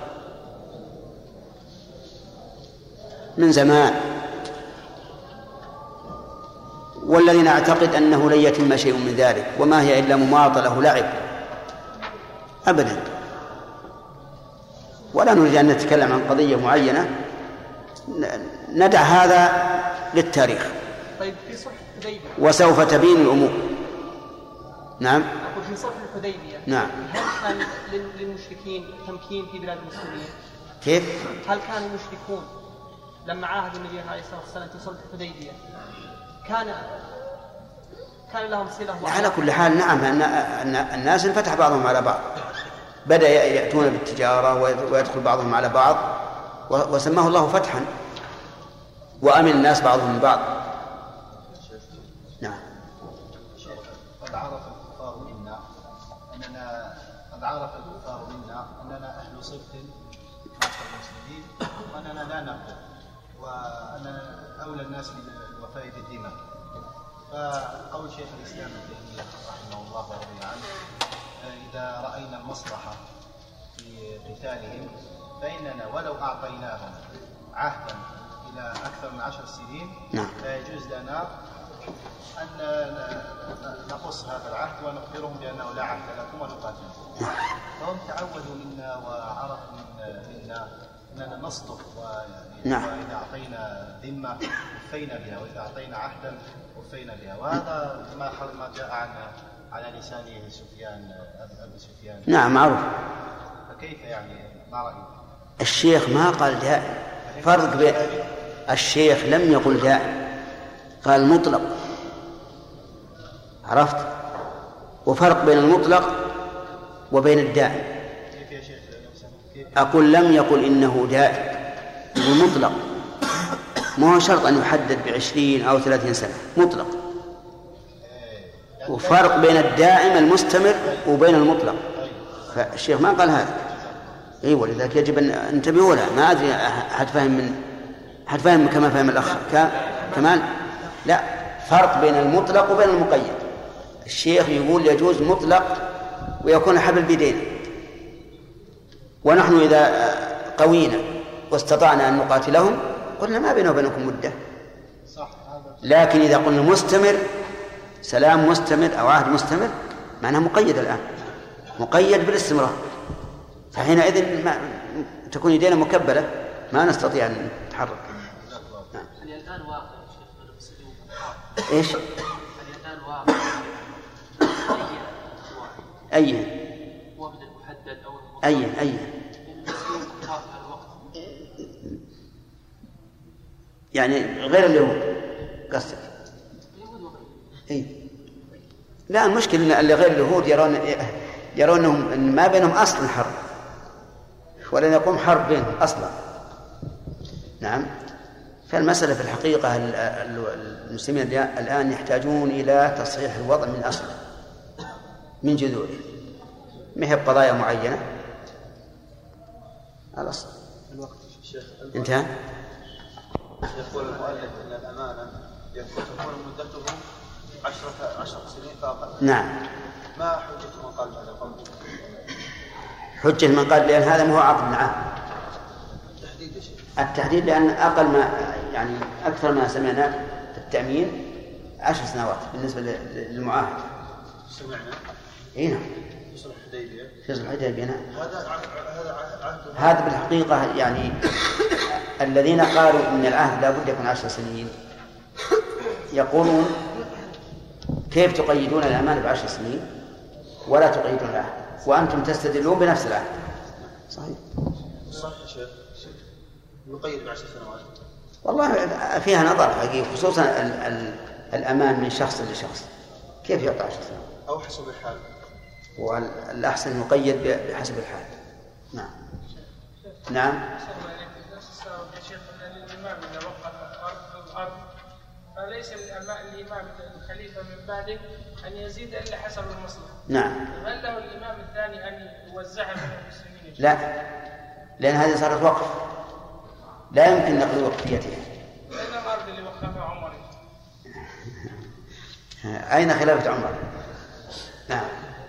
من زمان، والذي نعتقد أنه لن يتم شيء من ذلك، وما هي إلا مماطلة ولعب أبدا. ولا نريد أن نتكلم عن قضية معينة، ندع هذا للتاريخ. طيب في صلح الحديبية وسوف تبين الأمور. نعم. أقول في صلح الحديبية نعم. هل كان للمشركين تمكين في بلاد المسلمين؟ كيف؟ هل كان المشركون لما عاهدوا النبي عليه الصلاة والسلام في صلح الحديبية كان كان لهم صلة؟ على كل حال نعم، أن الناس انفتح بعضهم على بعض، بدأ يأتون بالتجارة ويدخل بعضهم على بعض، وسماه الله فتحا وأمن الناس بعضهم من بعض. نعم. قد عرف الكفار منا أننا قد عرف الكفار منا أننا أهل صدق معشر المسلمين، وأننا لا نقتل، وأننا أولى الناس بالوفاء بالذمة. فقول شيخ الإسلام ابن تيمية رحمه الله ورضي عنه إذا رأينا المصلحة في قتالهم فإننا ولو أعطيناهم عهدا إلى أكثر من عشر سنين لا يجوز لنا أن نقص هذا العهد ونخبرهم بأنه لا عهد لكم ونقاتلهم. فهم تعودوا منا وعرفوا منا أننا نصدق، وإذا أعطينا ذمة وفينا بها، وإذا أعطينا عهدا وفينا بها. وهذا ما جاء عن على لسان سفيان أبي سفيان. نعم معروف. فكيف يعني ما رأيك؟ الشيخ ما قال دائم، فرق بين الشيخ لم يقل دائم، قال مطلق، عرفت؟ وفرق بين المطلق وبين الدائم. كيف يا شيخ؟ أقول لم يقل إنه دائم، المطلق ما هو شرط أن يحدد بعشرين أو ثلاثين سنة، مطلق. وفرق بين الدائم المستمر وبين المطلق، فالشيخ ما قال هذا. اي ولذلك يجب ان انتبهوا له. ما ادري حد فهم من حد فهم كما فهم الاخ كمال. لا، فرق بين المطلق وبين المقيد. الشيخ يقول يجوز مطلق ويكون حبل بيدين، ونحن إذا قوينا واستطعنا أن نقاتلهم قلنا ما بينه وبينكم مدة. لكن إذا قلنا مستمر، سلام مستمر أو عهد مستمر، معناه مقيد الآن، مقيد بالاستمرار، فحينئذ ما تكون يدينا مكبلة ما نستطيع أن نتحرك. يعني الآن واقع إيش؟ يعني الآن واقع أي هو من المحدد أو أي أي يعني غير اليهود قصدك؟ أي لا، المشكلة اللي غير اليهود يرون يرونهم أن ما بينهم أصل حرب، ولن يقوم حرب بينهم أصلا. نعم. فالمسألة في الحقيقة المسلمين الآن يحتاجون إلى تصحيح الوضع من أصله من جذوره، ما هي بقضايا معينة. الأصل انتهى. يقول المؤلف أن الأمانة تكون مدته عشرة عشر سنين فأقل. نعم. ما حجة من قال هذا القول؟ حجة من قال لأن هذا ما هو عقد معه. التحديد يا شيخ. التحديد لأن أقل ما يعني أكثر ما سمعنا في التأمين عشر سنوات بالنسبة للمعاهد. سمعنا. إيه نعم. في صلح الحديبية. في صلح الحديبية نعم. هذا هذا عهد. هذا بالحقيقة يعني الذين قالوا إن العهد لا بد يكون عشر سنين يقولون كيف تقيدون الأمان بعشر سنين ولا تقيدون العهد وأنتم تستدلون بنفس العهد؟ صحيح. صحيح يا شيخ. نقيد بعشر سنوات. والله فيها نظر حقيقي، خصوصا ال ال الأمان من شخص لشخص، كيف يعطى عشر سنوات؟ أو حسب الحال. والأحسن يقيد بحسب الحال. نعم. نعم. فليس الإمام الخليفة من بعده أن يزيد إلا حسب المصلحة. نعم. هل له الإمام الثاني أن يوزعها بين المسلمين؟ لا، لأن هذه صارت وقف، لا يمكن نقل وقفيتها. أين الأرض اللي وقفها عمر؟ أين خلافة عمر؟ نعم.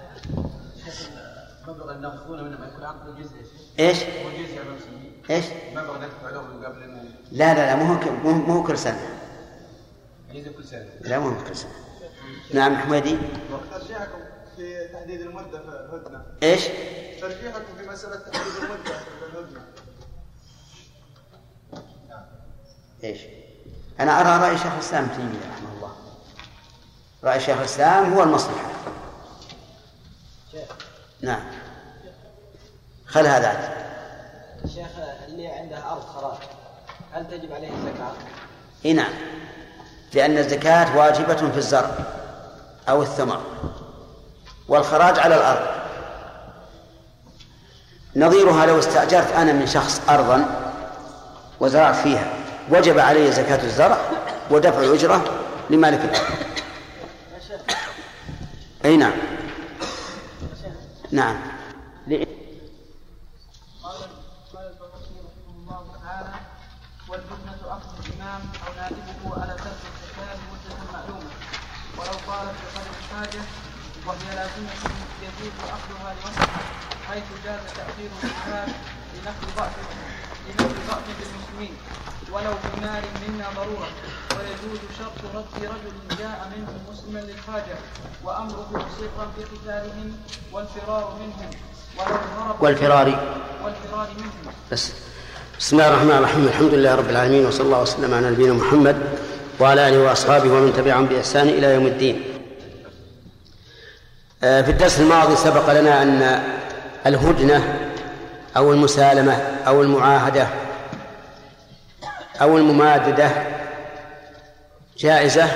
مبلغ أن نأخذونه منهم يكون عقد الجزء. إيش؟ هو جزء على المسلمين. إيش؟ مبلغ ندفع لهم قبل أن. لا لا لا، مو مو كل سنة. كل سنة. لا مو كل سنة. نعم حميدي. ترجيحكم في تحديد المدة في الهدنة. إيش؟ ترجيحكم في مسألة تحديد المدة في الهدنة. إيش؟ أنا أرى رأي شيخ الإسلام تيمية رحمه الله. رأي شيخ الإسلام هو المصلحة. نعم. خل هذا عاد. الشيخ اللي عنده أرض خراج هل تجب عليه الزكاة؟ إيه نعم، لأن الزكاة واجبة في الزرع أو الثمر، والخراج على الأرض. نظيرها لو استأجرت أنا من شخص أرضا وزرعت فيها وجب علي زكاة الزرع ودفع الأجرة لمالك الأرض. أي نعم. نعم. والهدنة أخذ الإمام أو نائبه على ترك الزكاة مدة معلومة، ولو طالت بقدر الحاجة وهي لازمة يجوز أخذها لمصلحة، حيث جاز تأخير الزكاة لنقل ضعف لنقل ضعف بالمسلمين ولو بمال منا ضرورة، ويجوز شرط رد رجل جاء منهم مسلما للحاجة وأمره سرا في قتالهم والفرار منهم ولو هرب والفرار والفرار منهم. بس. بسم الله الرحمن الرحيم، الحمد لله رب العالمين، وصلى الله وسلم على نبينا محمد وعلى آله وأصحابه ومن تبعهم بإحسان إلى يوم الدين. في الدرس الماضي سبق لنا أن الهدنة أو المسالمة أو المعاهدة أو المماددة جائزة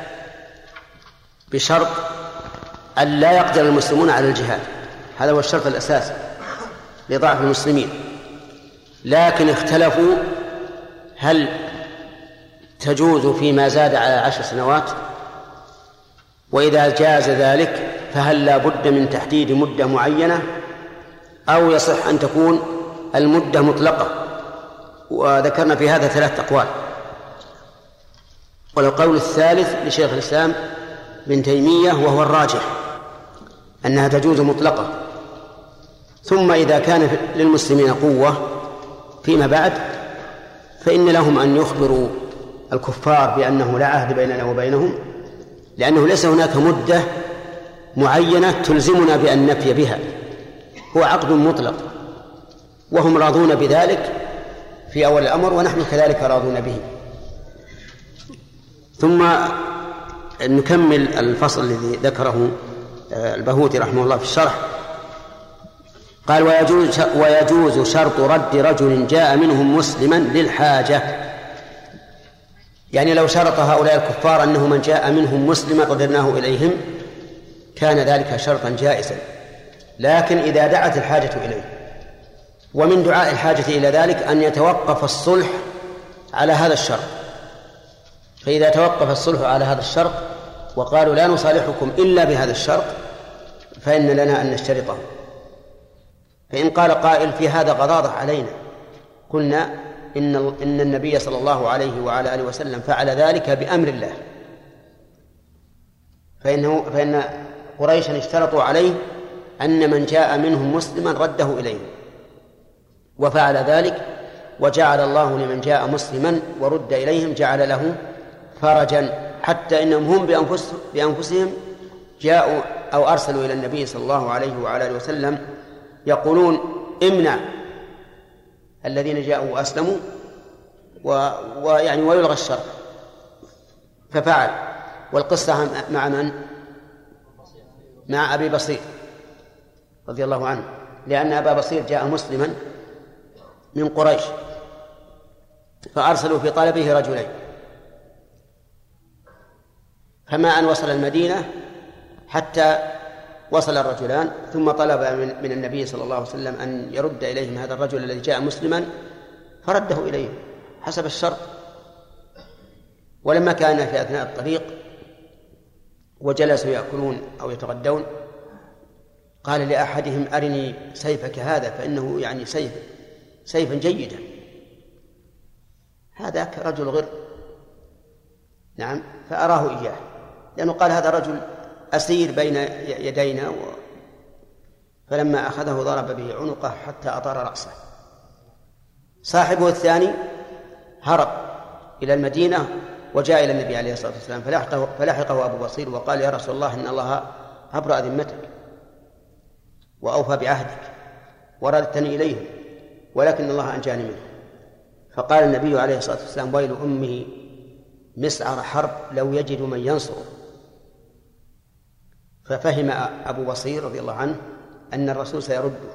بشرط أن لا يقدر المسلمون على الجهاد، هذا هو الشرط الأساسي لضعف المسلمين. لكن اختلفوا هل تجوز فيما زاد على عشر سنوات، وإذا جاز ذلك فهل لا بد من تحديد مدة معينة أو يصح أن تكون المدة مطلقة. وذكرنا في هذا ثلاث أقوال، والقول الثالث لشيخ الإسلام ابن تيمية وهو الراجح أنها تجوز مطلقة ثم إذا كان للمسلمين قوة فيما بعد فإن لهم أن يخبروا الكفار بأنه لا عهد بيننا وبينهم، لأنه ليس هناك مدة معينة تلزمنا بأن نفي بها، هو عقد مطلق، وهم راضون بذلك في أول الأمر ونحن كذلك راضون به. ثم نكمل الفصل الذي ذكره البهوتي رحمه الله في الشرح. قال: ويجوز, ويجوز شرط رد رجل جاء منهم مسلما للحاجة، يعني لو شرط هؤلاء الكفار أنه من جاء منهم مسلما رددناه إليهم كان ذلك شرطا جائزا، لكن إذا دعت الحاجة إليه، ومن دعاء الحاجة إلى ذلك أن يتوقف الصلح على هذا الشرط، فإذا توقف الصلح على هذا الشرط وقالوا لا نصالحكم إلا بهذا الشرط فإن لنا أن نشترطه. فإن قال قائل في هذا غضاضة علينا، قلنا إن, إن النبي صلى الله عليه وعلى آله وسلم فعل ذلك بأمر الله، فإنه فإن قريشا اشترطوا عليه أن من جاء منهم مسلما رده إليه، وفعل ذلك، وجعل الله لمن جاء مسلما ورد إليهم جعل له فرجا، حتى إنهم هم بأنفسهم جاءوا أو أرسلوا إلى النبي صلى الله عليه وعلى آله وسلم يقولون امنع الذين جاءوا وأسلموا ويعني ويلغى الشر، ففعل. والقصة مع من؟ مع أبي بصير رضي الله عنه، لأن أبا بصير جاء مسلما من قريش فأرسلوا في طلبه رجلين، فما أن وصل المدينة حتى وصل الرجلان، ثم طلب من, من النبي صلى الله عليه وسلم أن يرد إليهم هذا الرجل الذي جاء مسلما، فرده إليهم حسب الشرط. ولما كان في أثناء الطريق وجلسوا يأكلون أو يتغدون قال لأحدهم أرني سيفك هذا فإنه يعني سيف سيفا جيدا. هذا رجل غر، نعم، فأراه إياه، لأنه قال هذا رجل أسير بين يدينا و... فلما أخذه ضرب به عنقه حتى أطار رأسه. صاحبه الثاني هرب إلى المدينة وجاء إلى النبي عليه الصلاة والسلام فلحقه, فلحقه أبو بصير وقال يا رسول الله إن الله أبرأ ذمتك وأوفى بعهدك وردتني إليه ولكن الله أنجاني منه. فقال النبي عليه الصلاة والسلام ويل أمه مسعر حرب لو يجد من ينصره. ففهم أبو بصير رضي الله عنه أن الرسول سيرده،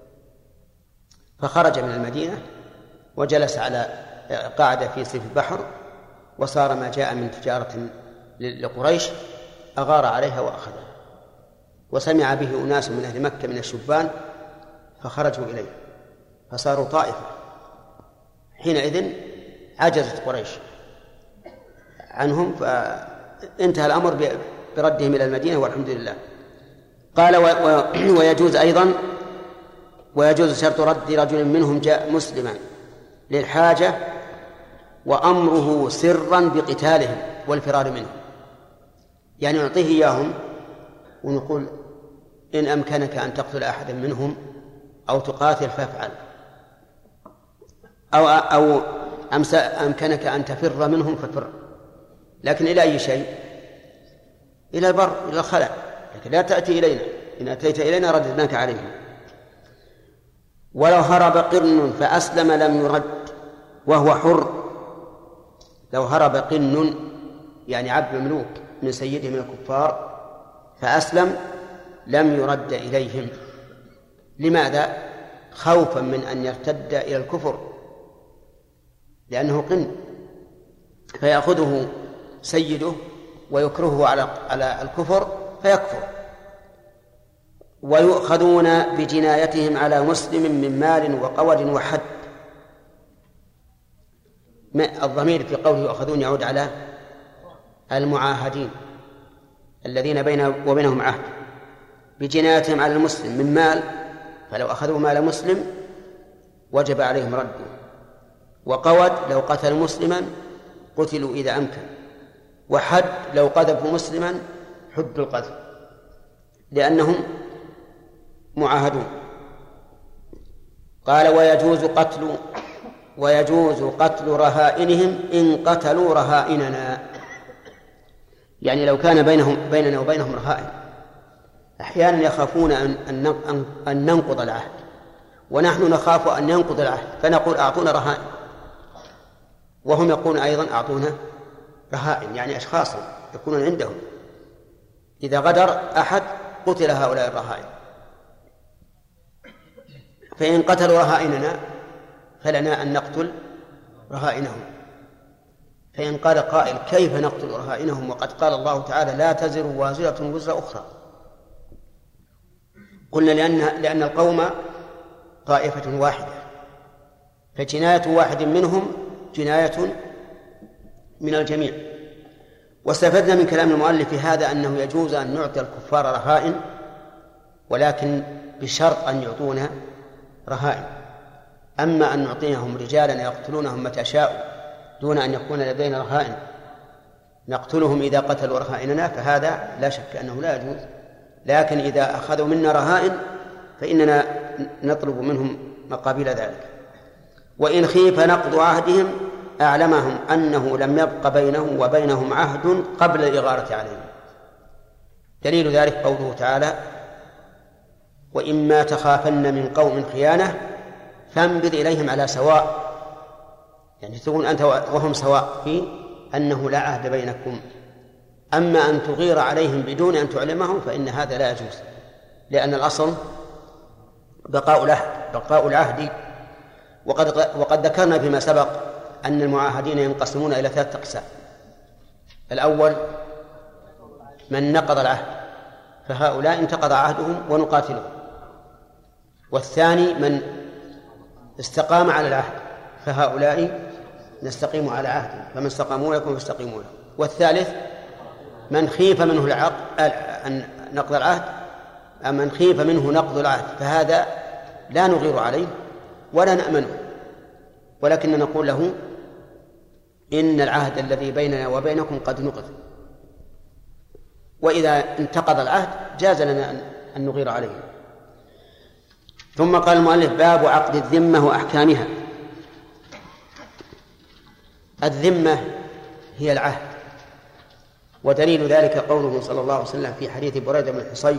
فخرج من المدينة وجلس على قاعدة في سيف البحر، وصار ما جاء من تجارة لقريش أغار عليها وأخذها، وسمع به أناس من أهل مكة من الشبان فخرجوا إليه فصاروا طائفة. حينئذ عجزت قريش عنهم فانتهى الأمر بردهم إلى المدينة والحمد لله. قال ويجوز أيضا ويجوز شرط رد رجل منهم جاء مسلما للحاجة وأمره سرا بقتالهم والفرار منهم، يعني نعطيه إياهم ونقول إن أمكنك أن تقتل أحدا منهم أو تقاتل فافعل، أو, أو أمكنك أن تفر منهم ففر، لكن إلى أي شيء؟ إلى البر إلى الخلاء، لكن لا تأتي إلينا، إن أتيت إلينا رددناك عليهم. ولو هرب قرن فأسلم لم يرد وهو حر، لو هرب قرن يعني عبد مملوك من سيده من الكفار فأسلم لم يرد إليهم. لماذا؟ خوفا من أن يرتد إلى الكفر، لأنه قن فيأخذه سيده ويكرهه على على الكفر فيكفر. ويؤخذون بجنايتهم على مسلم من مال وقود وحد. الضمير في قوله يؤخذون يعود على المعاهدين الذين بين وبينهم عهد. بجنايتهم على المسلم من مال، فلو أخذوا مال مسلم وجب عليهم رده، وقود لو قتل مسلما قتلوا إذا أمكن، وحد لو قذفوا مسلما حد القذف، لأنهم معاهدون. قال ويجوز قتل ويجوز قتل رهائنهم إن قتلوا رهائننا، يعني لو كان بينهم بيننا وبينهم رهائن أحيانا يخافون أن أن ننقض العهد ونحن نخاف أن ينقض العهد، فنقول أعطونا رهائن، وهم يقولون أيضا أعطونا رهائن، يعني أشخاص يكونون عندهم، إذا غدر أحد قتل هؤلاء الرهائن. فإن قتلوا رهائننا فلنا أن نقتل رهائنهم. فإن قال قائل كيف نقتل رهائنهم وقد قال الله تعالى لا تزر وازرة وزر أخرى؟ قلنا لأن, لأن القوم طائفة واحدة، فجناية واحد منهم جناية من الجميع. واستفدنا من كلام المؤلف في هذا أنه يجوز أن نعطي الكفار رهائن، ولكن بشرط أن يعطونا رهائن. أما أن نعطيهم رجالا يقتلونهم متى شاءوا دون أن يكون لدينا رهائن نقتلهم إذا قتلوا رهائننا، فهذا لا شك أنه لا يجوز. لكن إذا أخذوا منا رهائن فإننا نطلب منهم مقابل ذلك. وإن خيف نقض عهدهم أعلمهم أنه لم يبق بينه وبينهم عهد قبل الإغارة عليهم. دليل ذلك قوله تعالى وإما تخافن من قوم خيانة فانبذ إليهم على سواء، يعني تقول أنت وهم سواء في أنه لا عهد بينكم. أما أن تغير عليهم بدون أن تعلمهم فإن هذا لا يجوز، لأن الأصل بقاء العهد بقاء العهد وقد, وقد ذكرنا فيما سبق أن المعاهدين ينقسمون إلى ثلاثة أقسام. الأول من نقض العهد فهؤلاء انتقض عهدهم ونقاتلهم، والثاني من استقام على العهد فهؤلاء نستقيم على عهد فمن استقاموا لكم فاستقيموا له، والثالث من خيف منه العقد نقض العهد من خيف منه نقض العهد فهذا لا نغير عليه ولا نأمنه، ولكن نقول له إن العهد الذي بيننا وبينكم قد نقض، وإذا انتقض العهد جاز لنا أن نغير عليه. ثم قال المؤلف باب عقد الذمة وأحكامها. الذمة هي العهد، ودليل ذلك قوله صلى الله عليه وسلم في حديث بريدة بن الحصيب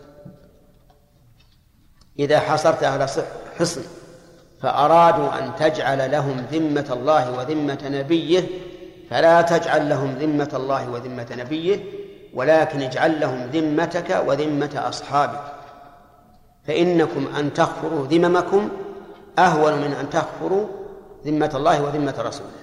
إذا حصرت أهل حصن فأرادوا أن تجعل لهم ذمة الله وذمة نبيه فلا تجعل لهم ذمة الله وذمة نبيه ولكن اجعل لهم ذمتك وذمة أصحابك، فإنكم أن تغفروا ذممكم أهون من أن تغفروا ذمة الله وذمة رسوله.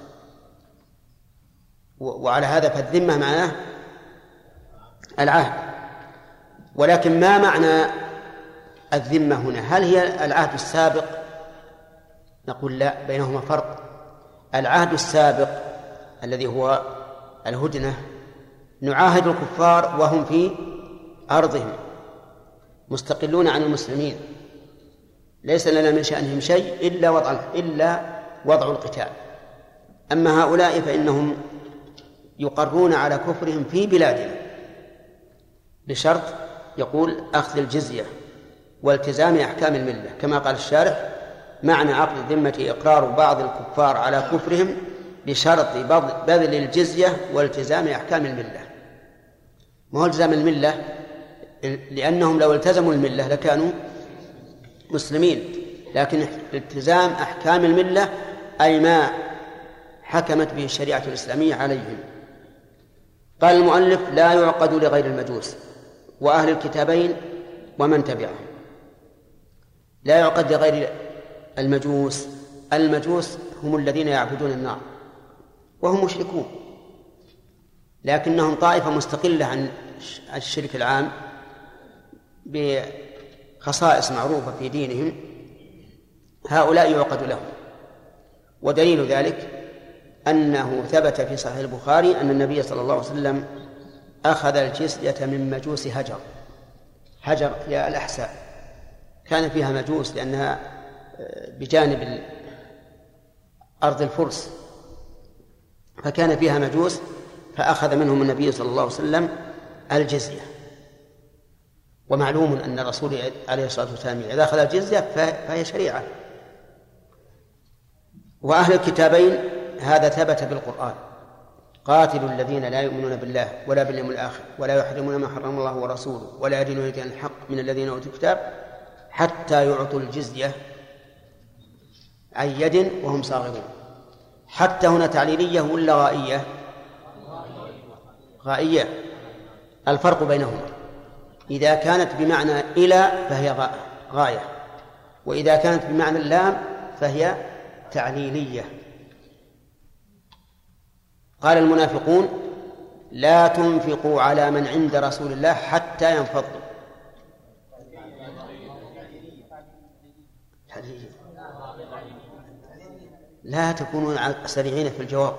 وعلى هذا فالذمة معناه العهد. ولكن ما معنى الذمة هنا؟ هل هي العهد السابق؟ نقول لا، بينهما فرق. العهد السابق الذي هو الهدنة نعاهد الكفار وهم في أرضهم مستقلون عن المسلمين، ليس لنا من شأنهم شيء إلا وضع إلا وضع القتال. أما هؤلاء فإنهم يقرون على كفرهم في بلادنا بشرط يقول أخذ الجزية والتزام أحكام الملة، كما قال الشارح معنى عقد الذمة إقرار بعض الكفار على كفرهم بشرط بذل الجزية والتزام أحكام الملة. ما هو التزام الملة؟ لأنهم لو التزموا الملة لكانوا مسلمين، لكن التزام أحكام الملة أي ما حكمت به الشريعة الإسلامية عليهم. قال المؤلف لا يعقد لغير المجوس وأهل الكتابين ومن تبعهم. لا يعقد لغير المجوس. المجوس هم الذين يعبدون النار وهم مشركون، لكنهم طائفة مستقلة عن الشرك العام بخصائص معروفة في دينهم، هؤلاء يعقد لهم. ودليل ذلك أنه ثبت في صحيح البخاري أن النبي صلى الله عليه وسلم أخذ الجزية من مجوس هجر. هجر هي الأحساء، كان فيها مجوس لأنها بجانب أرض الفرس، فكان فيها مجوس فأخذ منهم النبي صلى الله عليه وسلم الجزية. ومعلوم أن الرسول عليه الصلاة والسلام إذا أخذ الجزية فهي شريعة وأهل الكتابين هذا ثبت بالقرآن: قاتلوا الذين لا يؤمنون بالله ولا باليوم الآخر ولا يحرمون ما حرم الله ورسوله ولا يدينون دين الحق من الذين أوتوا الكتاب حتى يعطوا الجزية عن يد وهم صاغرون. حتى هنا تعليلية ولا غائية؟ غائية. الفرق بينهما: إذا كانت بمعنى إلى فهي غاية، وإذا كانت بمعنى اللام فهي تعليلية. قال المنافقون: لا تنفقوا على من عند رسول الله حتى ينفضوا. لا تكونوا سريعين في الجواب.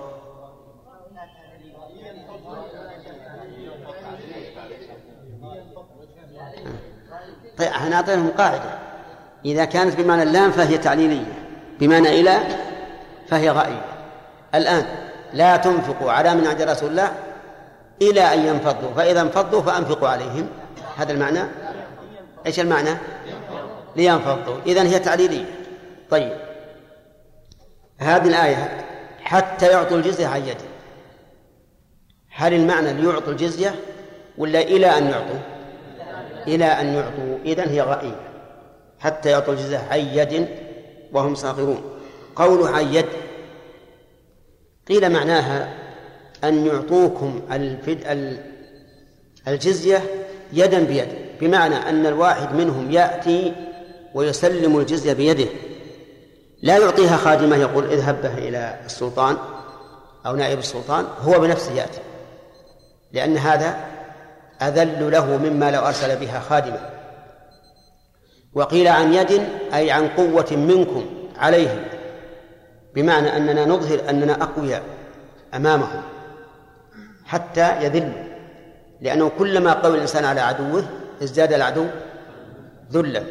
طيب هنعطيهم قاعدة: إذا كانت بمعنى اللام فهي تعليلية، بمعنى إلى فهي غائية. الآن لا تنفقوا على من عند رسول الله إلى أن ينفضوا، فإذا انفضوا فأنفقوا عليهم. هذا المعنى. إيش المعنى؟ لينفضوا. إذن هي تعليلية. طيب هذه الآية حتى يعطوا الجزية عن يد، هل المعنى ليعطوا الجزية ولا إلى أن يعطوا؟ إلى أن يعطوا. إذن هي غائية. حتى يعطوا الجزية عن يد وهم صاغرون. قوله عن يد قيل معناها أن يعطوكم الجزية يدا بيد، بمعنى أن الواحد منهم يأتي ويسلم الجزية بيده، لا يعطيها خادمة يقول اذهب به إلى السلطان أو نائب السلطان، هو بنفسه يأتي، لأن هذا أذل له مما لو أرسل بها خادمة. وقيل عن يد أي عن قوة منكم عليهم، بمعنى أننا نظهر أننا أقوياء أمامهم حتى يذلوا، لأنه كلما قوي الإنسان على عدوه ازداد العدو ذلا.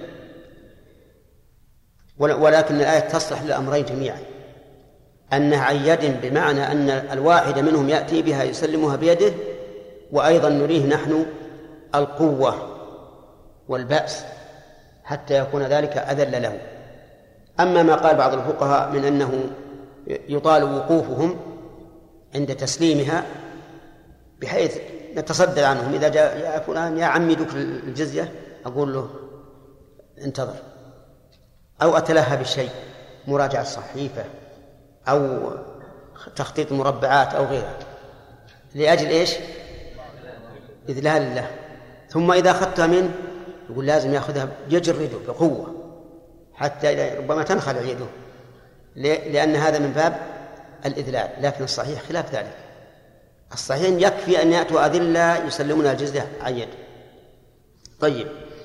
ولكن الآية تصلح للأمرين جميعا، أنها عن يد بمعنى أن الواحد منهم يأتي بها يسلمها بيده، وأيضا نريه نحن القوة والبأس حتى يكون ذلك أذل له. أما ما قال بعض الفقهاء من أنه يطال وقوفهم عند تسليمها بحيث نتصدر عنهم، إذا جاء يا فلان يا عمي دوك الجزية أقول له انتظر، أو أتلهى بالشيء، مراجعة الصحيفة أو تخطيط مربعات أو غيرها، لأجل إيش؟ إذلال لله. ثم إذا أخذتها منه يقول لازم يأخذها يجرده بقوة حتى ربما تنخلع يده، لأن هذا من باب الإذلال. لكن الصحيح خلاف ذلك. الصحيح يكفي أن يأتوا أذلة يسلمون الجزية عن يد. طيب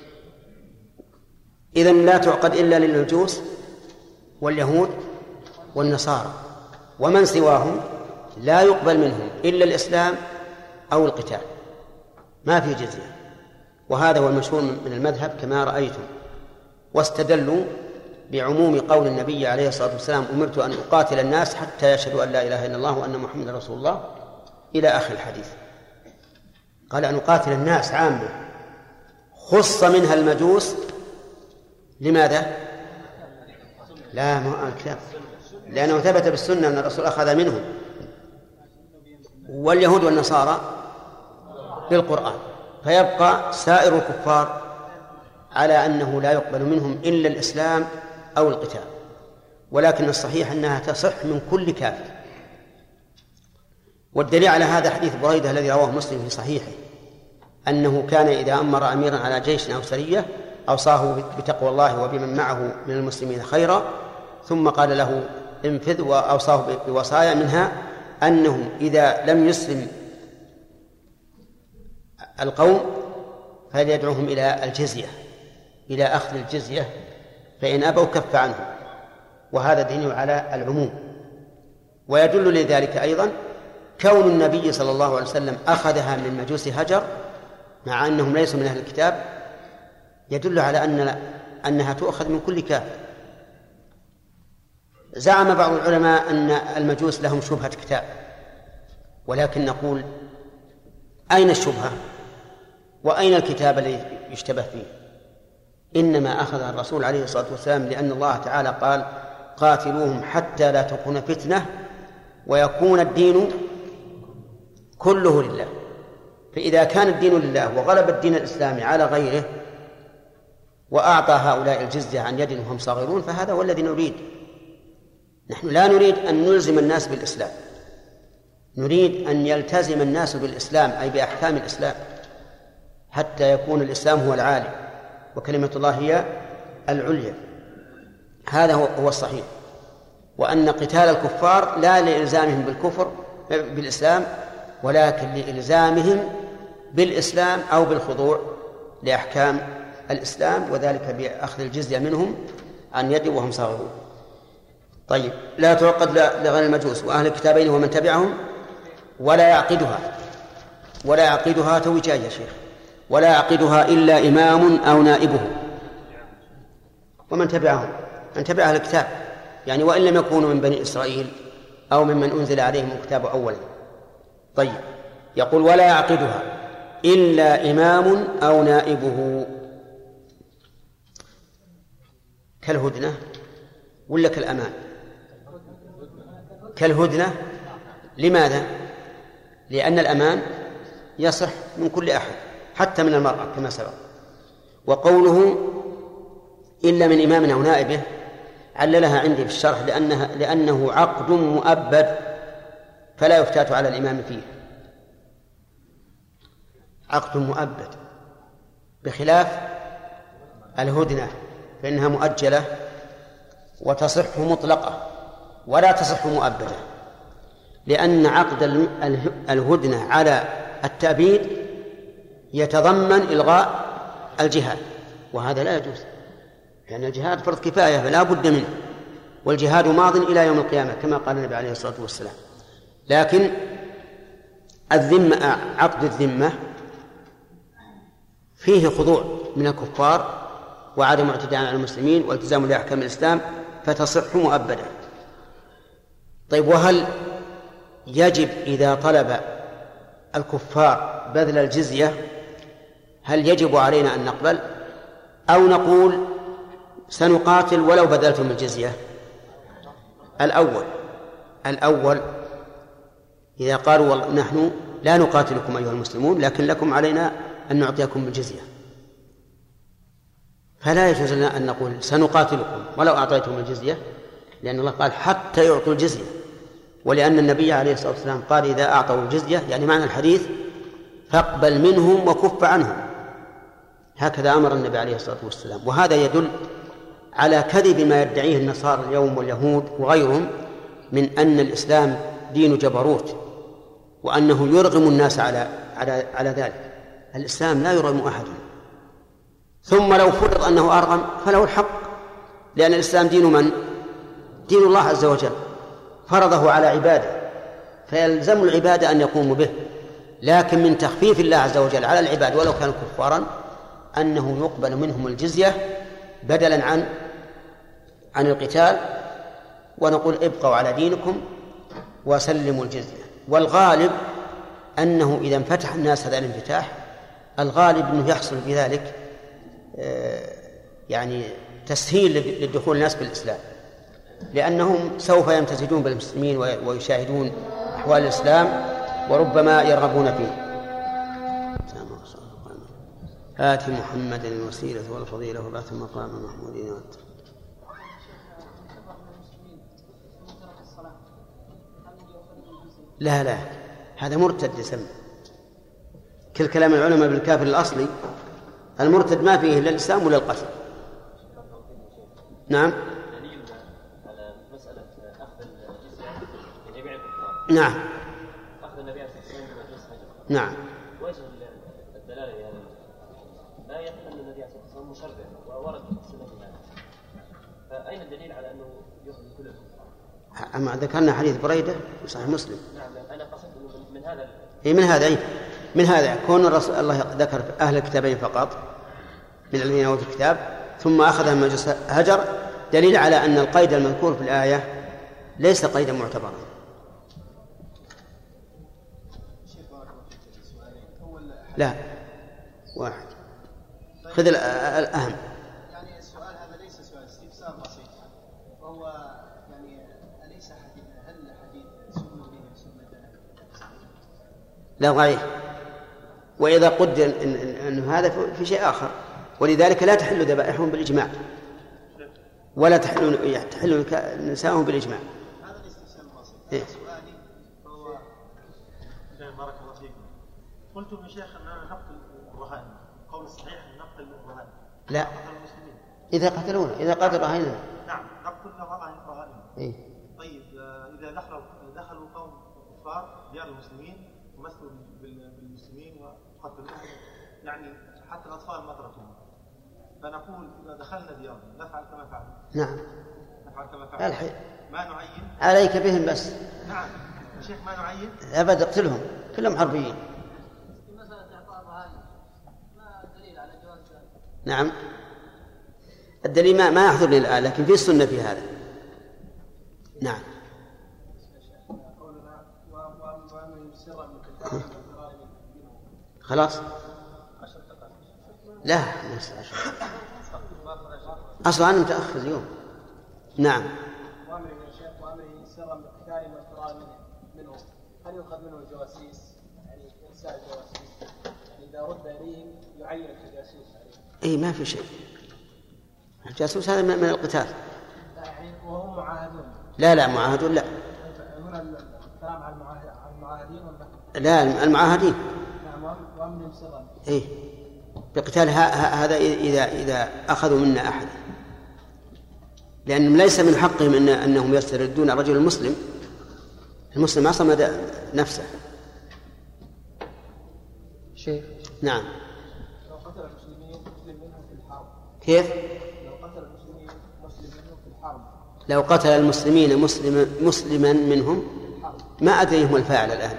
إذن لا تعقد إلا للمجوس واليهود والنصارى، ومن سواهم لا يقبل منهم إلا الإسلام أو القتال، ما في جزية. وهذا هو المشهور من المذهب كما رأيتم. واستدلوا بعموم قول النبي عليه الصلاة والسلام: أمرت أن أقاتل الناس حتى يشهدوا أن لا إله إلا الله وأن محمد رسول الله، إلى آخر الحديث. قال أن أقاتل الناس عامة، خص منها المجوس. لماذا؟ لا ما الكتاب، لأنه ثبت بالسنة أن الرسول أخذ منهم، واليهود والنصارى بالقرآن، فيبقى سائر الكفار على أنه لا يقبل منهم إلا الإسلام أو القتال. ولكن الصحيح أنها تصح من كل كافر. والدليل على هذا حديث بريدة الذي رواه مسلم في صحيحه، أنه كان إذا أمر أميرا على جيش أو سرية أوصاه بتقوى الله وبمن معه من المسلمين خيرا، ثم قال له انفذ، وأوصاه بوصايا منها أنه إذا لم يسلم القوم فليدعوهم إلى الجزية، إلى أخذ الجزية، فإن أبوا كف عنهم. وهذا دليل على العموم. ويدل لذلك أيضا كون النبي صلى الله عليه وسلم أخذها من مجوس هجر مع أنهم ليسوا من أهل الكتاب، يدل على أن أنها تؤخذ من كل كافر. زعم بعض العلماء أن المجوس لهم شبهة كتاب، ولكن نقول أين الشبهة وأين الكتاب الذي يشتبه فيه؟ إنما أخذها الرسول عليه الصلاة والسلام لأن الله تعالى قال: قاتلوهم حتى لا تكون فتنة ويكون الدين كله لله. فإذا كان الدين لله وغلب الدين الإسلامي على غيره وأعطى هؤلاء الجزية عن يد وهم صاغرون فهذا هو الذي نريد. نحن لا نريد أن نلزم الناس بالإسلام، نريد أن يلتزم الناس بالإسلام أي بأحكام الإسلام حتى يكون الإسلام هو العالي وكلمة الله هي العليا. هذا هو الصحيح. وأن قتال الكفار لا لإلزامهم بالكفر بالإسلام ولكن لإلزامهم بالإسلام أو بالخضوع لأحكام الإسلام، وذلك بأخذ الجزية منهم عن يد وهم صاغرون. طيب، لا تعقد لغير المجوس وأهل الكتابين ومن تبعهم ولا يعقدها ولا يعقدها توجيه يا شيخ ولا يعقدها إلا إمام أو نائبه ومن تبعهم، من تبع أهل الكتاب يعني وإن لم يكونوا من بني إسرائيل أو ممن أنزل عليهم الكتاب أولا. طيب، يقول ولا يعقدها إلا إمام أو نائبه كالهدنة ولا كالأمان؟ كالهدنة. لماذا؟ لأن الأمان يصح من كل أحد حتى من المرأة كما سبق. وقوله إلا من إمام أو نائبه عللها عندي في الشرح لأنها لأنه عقد مؤبد فلا يفتات على الإمام فيه. عقد مؤبد بخلاف الهدنة فإنها مؤجلة وتصح مطلقة ولا تصح مؤبدة، لأن عقد الهدنة على التأبيد يتضمن إلغاء الجهاد وهذا لا يجوز، لأن يعني الجهاد فرض كفاية فلا بد منه، والجهاد ماض إلى يوم القيامة كما قال النبي عليه الصلاة والسلام. لكن الذمة عقد الذمة فيه خضوع من الكفار وعدم اعتداء على المسلمين والتزام لأحكام الإسلام فتصح مؤبدا. طيب، وهل يجب إذا طلب الكفار بذل الجزية هل يجب علينا أن نقبل أو نقول سنقاتل ولو بذلتم الجزية؟ الأول الأول إذا قالوا نحن لا نقاتلكم أيها المسلمون لكن لكم علينا أن نعطيكم الجزية فلا يجوز لنا أن نقول سنقاتلكم ولو أعطيتم الجزية، لأن الله قال حتى يعطوا الجزية، ولأن النبي عليه الصلاة والسلام قال إذا أعطوا الجزية يعني معنى الحديث فاقبل منهم وكف عنهم، هكذا أمر النبي عليه الصلاة والسلام. وهذا يدل على كذب ما يدعيه النصارى اليوم واليهود وغيرهم من أن الإسلام دين جبروت وأنه يرغم الناس على على على ذلك. الإسلام لا يرغم أحد، ثم لو فرض أنه أرغم فله الحق، لأن الإسلام دين من؟ دين الله عز وجل فرضه على عباده فيلزم العبادة أن يقوموا به، لكن من تخفيف الله عز وجل على العباد ولو كانوا كفارا أنه يقبل منهم الجزية بدلا عن عن القتال، ونقول ابقوا على دينكم وسلموا الجزية. والغالب أنه إذا انفتح الناس هذا الانفتاح الغالب أنه يحصل بذلك يعني تسهيل للدخول الناس بالإسلام، لأنهم سوف يمتزجون بالمسلمين ويشاهدون أحوال الإسلام وربما يرغبون فيه. آت محمد الوسيلة والفضيلة وبعث مقام محمود. لا لا هذا مرتد يسمى. كل كلام العلماء بالكافر الأصلي المرتد ما فيه إلا الإسلام ولا القتل. نعم على مسألة أخذ الجزية من جميع الكفار. نعم أخذ النبي عليه الصلاة والسلام من مجلس هجر. نعم وجه الدلالة يعني لا يقبل النبي عليه الصلاة والسلام مشرع وورد في السنة هذا، فأين الدليل على أنه يأخذ كل الكفار؟ أما ذكرنا حديث بريدة في صحيح مسلم. نعم أنا قصدت من هذا إيه من هذا إيه؟ من هذا كون الرسول الله ذكر أهل الكتابين فقط من الذين أوتوا الكتاب ثم أخذ من مجلس هجر دليل على أن القيد المذكور في الآية ليس قيدا معتبرا. لا واحد خذ الأهم. يعني السؤال هذا ليس سؤال استفسار بسيط، وهو لا ضعيف. وإذا قدر أن, أن هذا في شيء آخر، ولذلك لا تحل ذبائحهم بالإجماع، ولا تحل تحل نساءهم بالإجماع. هذا الاستفسار البسيط. إيه؟ سؤالي هو بارك الله فيكم. قلتم يا شيخ أننا نقتل الرهائن، قول الصحيح أن نقتل الرهائن. لا، إذا قتلونا، إذا قتلوا رهائننا. نعم، نقتل رهائن. إيه؟ طيب إذا دخلوا دخلوا قوم كفار ديار المسلمين ومثلوا بالمسلمين وقتلوهم، يعني حتى الأطفال ما تركوهم، فنقول إذا دخلنا ديارهم نفعل كما فعل. نعم. نفعل كما فعل. الحي. ما نعين. عليك بهم بس. نعم. يا شيخ ما نعين. أبد اقتلهم، كلهم حربيين. مسألة إعطاء هذه ما دليل على جواز ذلك؟ نعم. الدليل ما ما يحضرني الآن، لكن في السنة في هذا. نعم. خلاص. لا أصلا أنا متأخر اليوم. نعم. وأمره يا شيخ وأمره سرا بالقتال والفرار منه، هل يؤخذ منه الجواسيس؟ يعني إرسال الجواسيس، يعني إذا رد إليهم يعين الجاسوس عليه. إيه ما في شيء. الجاسوس هذا من القتال. يعني وهم معاهدون. لا لا معاهدون لا. هنا الكلام عن المعاهدين ولا؟ لا المعاهدين. نعم وأمرهم سرا. إيه بقتال هذا إذا إذا أخذوا منا أحد، لأن ليس من حقهم إن أنهم يستردون الرجل المسلم. المسلم عصم نفسه. شيخ. نعم. لو قتل المسلمين مسلم منهم في الحرب. كيف؟ لو قتل المسلمين مسلم منهم في الحرب. لو قتل المسلمين مسلم مسلما منهم ما أدري هم الفاعل الآن.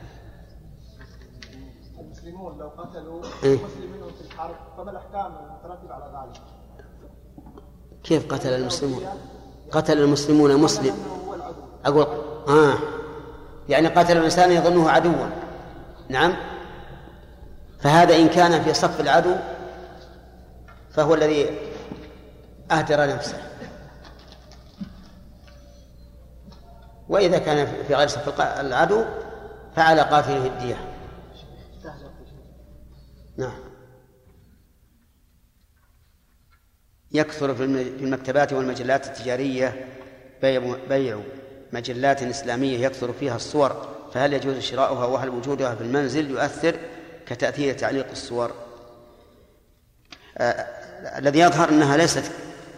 المسلمون لو قتلوا إيه؟ مسلم منهم في الحرب فما الأحكام المترتبة على ذلك؟ كيف قتل المسلمون؟ قتل المسلمون مسلم. أقول آه يعني قتل الإنسان يظنه عدوا. نعم. فهذا إن كان في صف العدو فهو الذي أهدر نفسه، وإذا كان في غير صف العدو فعلى قاتله الدية. نعم. يكثر في المكتبات والمجلات التجارية بيع مجلات إسلامية يكثر فيها الصور، فهل يجوز شراؤها وهل وجودها في المنزل يؤثر كتأثير تعليق الصور؟ آه الذي يظهر أنها ليست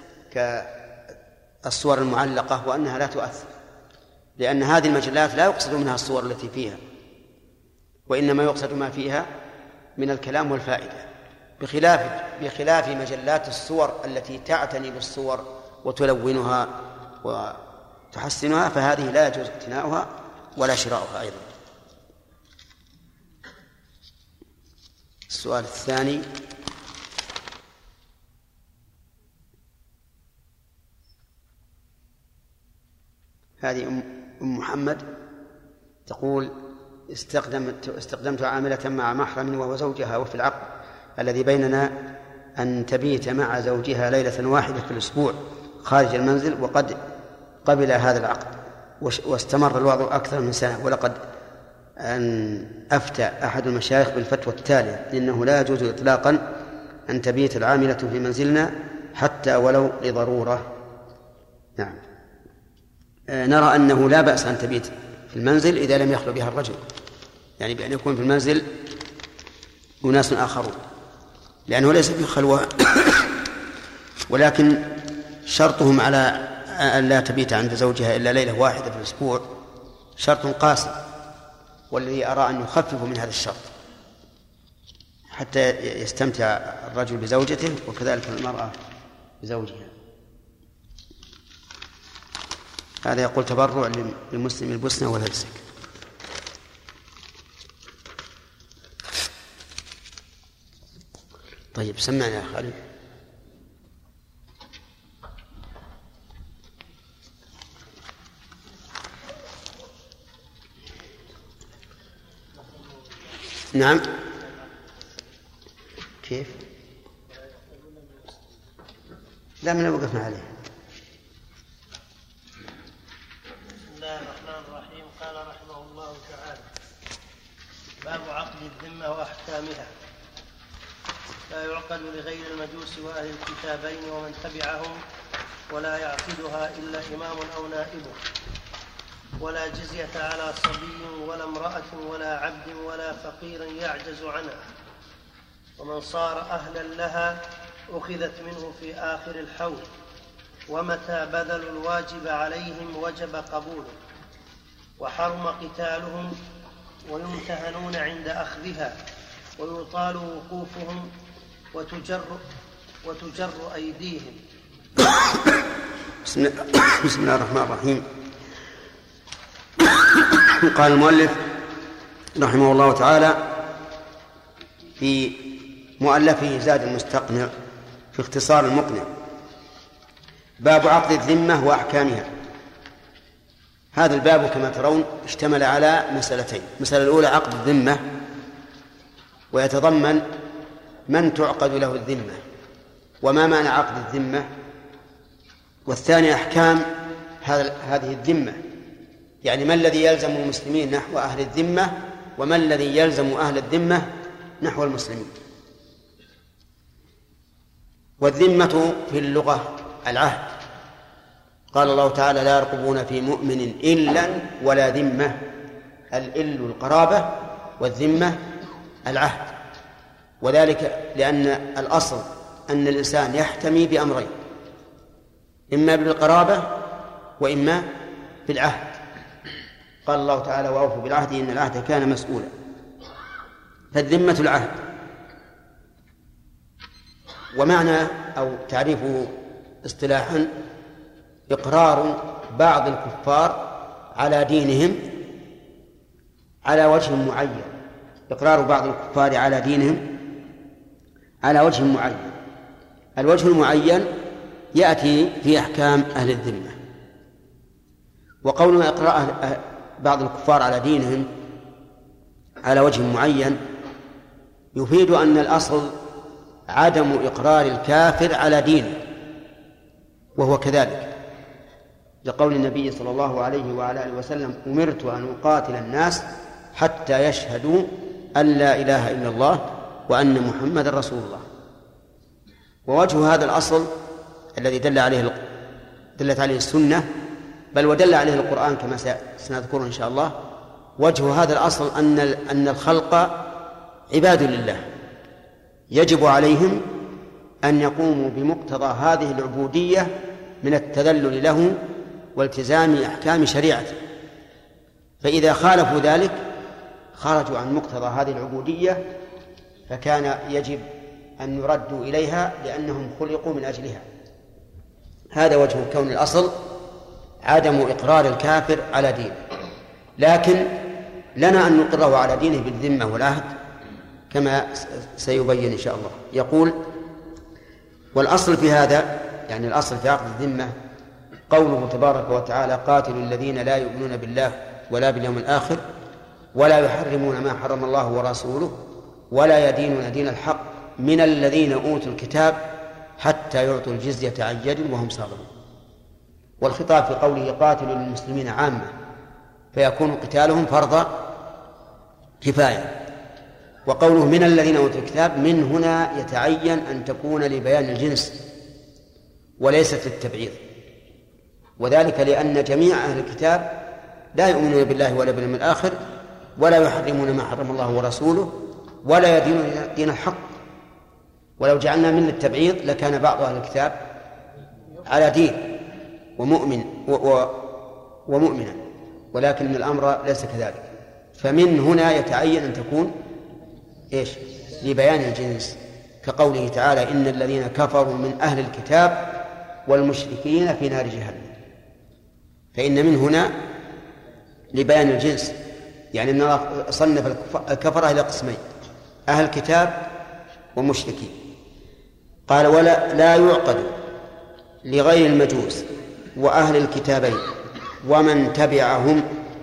كالصور المعلقة وأنها لا تؤثر، لأن هذه المجلات لا يقصد منها الصور التي فيها، وإنما يقصد ما فيها من الكلام والفائدة، بخلاف بخلاف مجلات الصور التي تعتني بالصور وتلونها وتحسنها، فهذه لا يجوز اقتناؤها ولا شراؤها أيضا. السؤال الثاني: هذه أم محمد تقول: استخدمت استخدمت عاملة مع محرم وهو زوجها، وفي العقد الذي بيننا أن تبيت مع زوجها ليلة واحدة في الأسبوع خارج المنزل، وقد قبل هذا العقد واستمر الوضع أكثر من سنة، ولقد أن أفتى أحد المشايخ بالفتوى التالية: إنه لا يجوز إطلاقا أن تبيت العاملة في منزلنا حتى ولو لضرورة. نعم. نرى أنه لا بأس أن تبيت في المنزل إذا لم يخلو بها الرجل، يعني بأن يكون في المنزل أناس آخرون، لأنه ليس في خلوة ولكن شرطهم على أن لا تبيت عند زوجها إلا ليلة واحدة في الأسبوع شرط قاسي، والذي أرى أن يخفف من هذا الشرط حتى يستمتع الرجل بزوجته وكذلك المرأة بزوجها. هذا يقول: تبرع للمسلم البوسنة والهرسك. طيب سمعنا يا خالد. نعم. كيف؟ لا من وقفنا عليه. بسم الله الرحمن الرحيم. قال رحمه الله تعالى: باب عقد الذمة وأحكامها. لا يعقد لغير المجوس وأهل الكتابين ومن تبعهم، ولا يعقدها إلا إمام أو نائبه، ولا جزية على صبي ولا امرأة ولا عبد ولا فقير يعجز عنها، ومن صار أهلا لها أخذت منه في آخر الحول، ومتى بذلوا الواجب عليهم وجب قبوله، وحرم قتالهم ويمتهنون عند أخذها، ويطال وقوفهم وتجر, وتجر أيديهم. بسم الله الرحمن الرحيم. قال المؤلف رحمه الله تعالى في مؤلفه زاد المستقنع في اختصار المقنع: باب عقد الذمة وأحكامها. هذا الباب كما ترون اشتمل على مسألتين: المسألة الأولى عقد الذمة، ويتضمن من تعقد له الذمة وما معنى عقد الذمة، والثاني أحكام هذه الذمة، يعني ما الذي يلزم المسلمين نحو أهل الذمة وما الذي يلزم أهل الذمة نحو المسلمين. والذمة في اللغة العهد، قال الله تعالى: لا يرقبون في مؤمن إلا ولا ذمة. الإل القرابة والذمة العهد، وذلك لأن الأصل أن الإنسان يحتمي بأمرين: إما بالقرابة وإما بالعهد. قال الله تعالى: وأوفوا بالعهد إن العهد كان مسؤولا. فالذمة العهد، ومعنى أو تعريفه اصطلاحا إقرار بعض الكفار على دينهم على وجه معين. إقرار بعض الكفار على دينهم على وجه معين. الوجه المعين يأتي في أحكام أهل الذمة. وقولنا إقرار بعض الكفار على دينهم على وجه معين يفيد أن الأصل عدم إقرار الكافر على دينه، وهو كذلك لقول النبي صلى الله عليه وعلى آله وسلم: أمرت أن أقاتل الناس حتى يشهدوا أن لا إله إلا الله وأن محمد رسول الله. ووجه هذا الأصل الذي دل عليه دلت عليه السنة، بل ودل عليه القرآن كما سنذكره إن شاء الله، وجه هذا الأصل أن أن الخلق عباد لله، يجب عليهم أن يقوموا بمقتضى هذه العبودية من التذلل له والتزام أحكام شريعته. فإذا خالفوا ذلك خرجوا عن مقتضى هذه العبودية، فكان يجب أن يردوا إليها لأنهم خلقوا من أجلها. هذا وجه كون الأصل عدم إقرار الكافر على دينه، لكن لنا أن نقره على دينه بالذمة والعهد كما سيبين إن شاء الله. يقول: والأصل في هذا، يعني الأصل في عقد الذمة، قوله تبارك وتعالى: قاتلوا الذين لا يؤمنون بالله ولا باليوم الآخر ولا يحرمون ما حرم الله ورسوله ولا يدينون دين الحق من الذين أوتوا الكتاب حتى يعطوا الجزية عن يد وهم صاغرون. والخطاب في قوله قاتلوا المسلمين عامة، فيكون قتالهم فرض كفاية. وقوله من الذين أوتوا الكتاب، من هنا يتعين أن تكون لبيان الجنس وليست للتبعيض، وذلك لأن جميع أهل الكتاب لا يؤمنون بالله ولا باليوم الآخر ولا يحرمون ما حرم الله ورسوله ولا يدينون دين الحق. ولو جعلنا من التبعيض لكان بعض أهل الكتاب على دين ومؤمن و و ومؤمنا، ولكن الأمر ليس كذلك. فمن هنا يتعين أن تكون إيش؟ لبيان الجنس، كقوله تعالى: إن الذين كفروا من أهل الكتاب والمشركين في نار جهنم. فإن من هنا لبيان الجنس، يعني أن الله صنف الكفرة إلى قسمين: أهل الكتاب ومشركين. قال: ولا لا يعقد لغير المجوس وأهل الكتابين ومن تبعهم.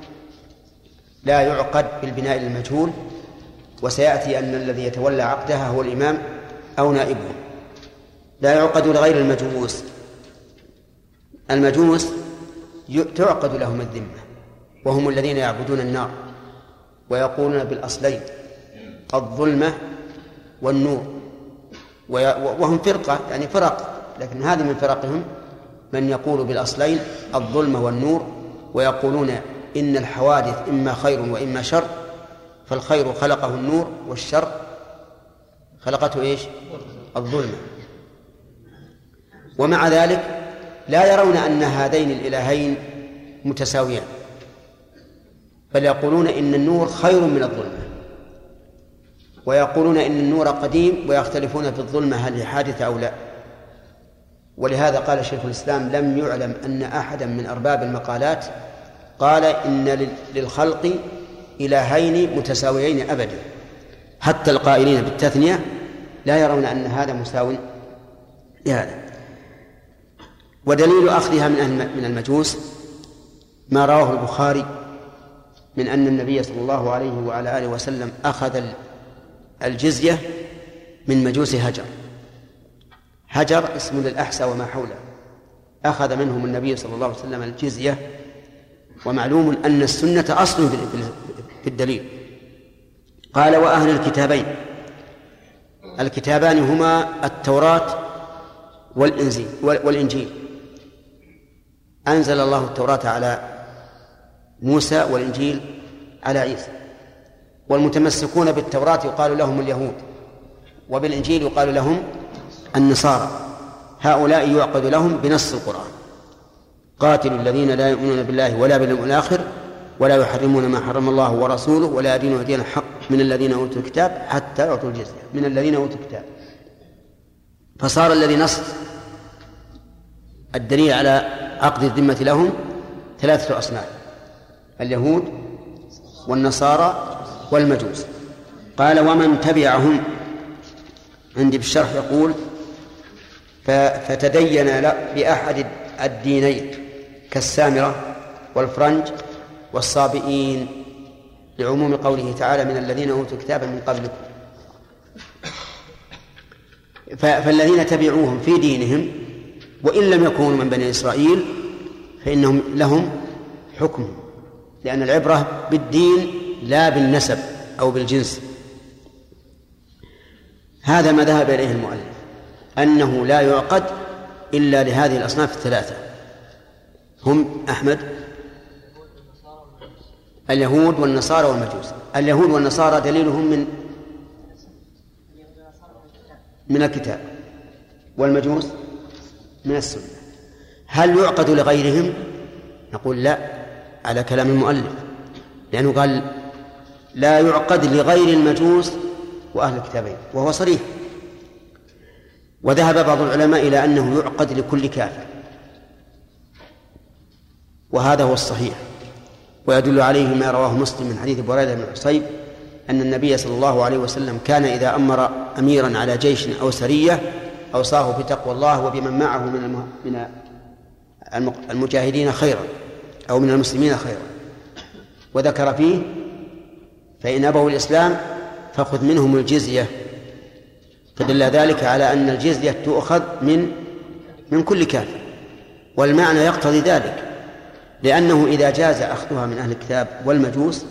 لا يعقد بالبناء للمجهول، وسيأتي أن الذي يتولى عقدها هو الإمام أو نائبه. لا يعقد لغير المجوس. المجوس تعقد لهم الذمة، وهم الذين يعبدون النار، ويقولون بالأصلين الظلمة والنور، وهم فرقة يعني فرق، لكن هذه من فرقهم من يقول بالأصلين الظلمة والنور، ويقولون إن الحوادث إما خير وإما شر، فالخير خلقه النور والشر خلقته إيش؟ الظلمة. ومع ذلك لا يرون أن هذين الإلهين متساويان، بل يقولون إن النور خير من الظلمة، ويقولون إن النور قديم، ويختلفون في الظلمة هل هي حادثة أو لا. ولهذا قال شيخ الإسلام لم يعلم أن أحدا من أرباب المقالات قال إن للخلق إلهين متساويين أبدا، حتى القائلين بالتثنية لا يرون أن هذا مساو لهذا. ودليل أخذها من المجوس ما رواه البخاري من أن النبي صلى الله عليه وعلى آله وسلم أخذ الجزية من مجوس هجر. هجر اسم للأحسى وما حوله، أخذ منهم النبي صلى الله عليه وسلم الجزية. ومعلوم أن السنة أصل في الدليل. قال وأهل الكتابين، الكتابان هما التوراة والإنجيل والإنجيل أنزل الله التوراة على موسى والإنجيل على عيسى. والمتمسكون بالتوراة يقال لهم اليهود، وبالإنجيل يقال لهم النصارى. هؤلاء يعقد لهم بنص القرآن: قاتلوا الذين لا يؤمنون بالله ولا باليوم الآخر ولا يحرمون ما حرم الله ورسوله ولا يدينون دين الحق من الذين أوتوا الكتاب حتى يعطوا الجزية من الذين أوتوا الكتاب. فصار الذي نص الدليل على عقد الذمة لهم ثلاثة أصناف: اليهود والنصارى والمجوس. قال ومن تبعهم، عندي بالشرح يقول فتدين بأحد الدينين كالسامرة والفرنج والصابئين، لعموم قوله تعالى من الذين أوتوا كتابا من قبلكم. فالذين تبعوهم في دينهم وإن لم يكونوا من بني إسرائيل فإنهم لهم حكم، لأن العبرة بالدين لا بالنسب أو بالجنس. هذا ما ذهب إليه المؤلف، أنه لا يعقد إلا لهذه الأصناف الثلاثة. هم أحمد اليهود والنصارى والمجوس. اليهود والنصارى دليلهم من من الكتاب، والمجوس من السنة. هل يعقد لغيرهم؟ نقول لا، على كلام المؤلف، لأنه قال لا يعقد لغير المجوس وأهل الكتابين، وهو صريح. وذهب بعض العلماء إلى أنه يعقد لكل كافر، وهذا هو الصحيح. ويدل عليه ما رواه مسلم من حديث بريدة بن الحصيب أن النبي صلى الله عليه وسلم كان إذا أمر أميرا على جيش أو سرية أوصاه بتقوى الله وبمن معه من المجاهدين خيرا أو من المسلمين خيرا، وذكر فيه فإن أبوا الإسلام فخذ منهم الجزية. فدل ذلك على أن الجزية تؤخذ من من كل كافر، والمعنى يقتضي ذلك، لأنه إذا جاز أخذها من أهل الكتاب والمجوس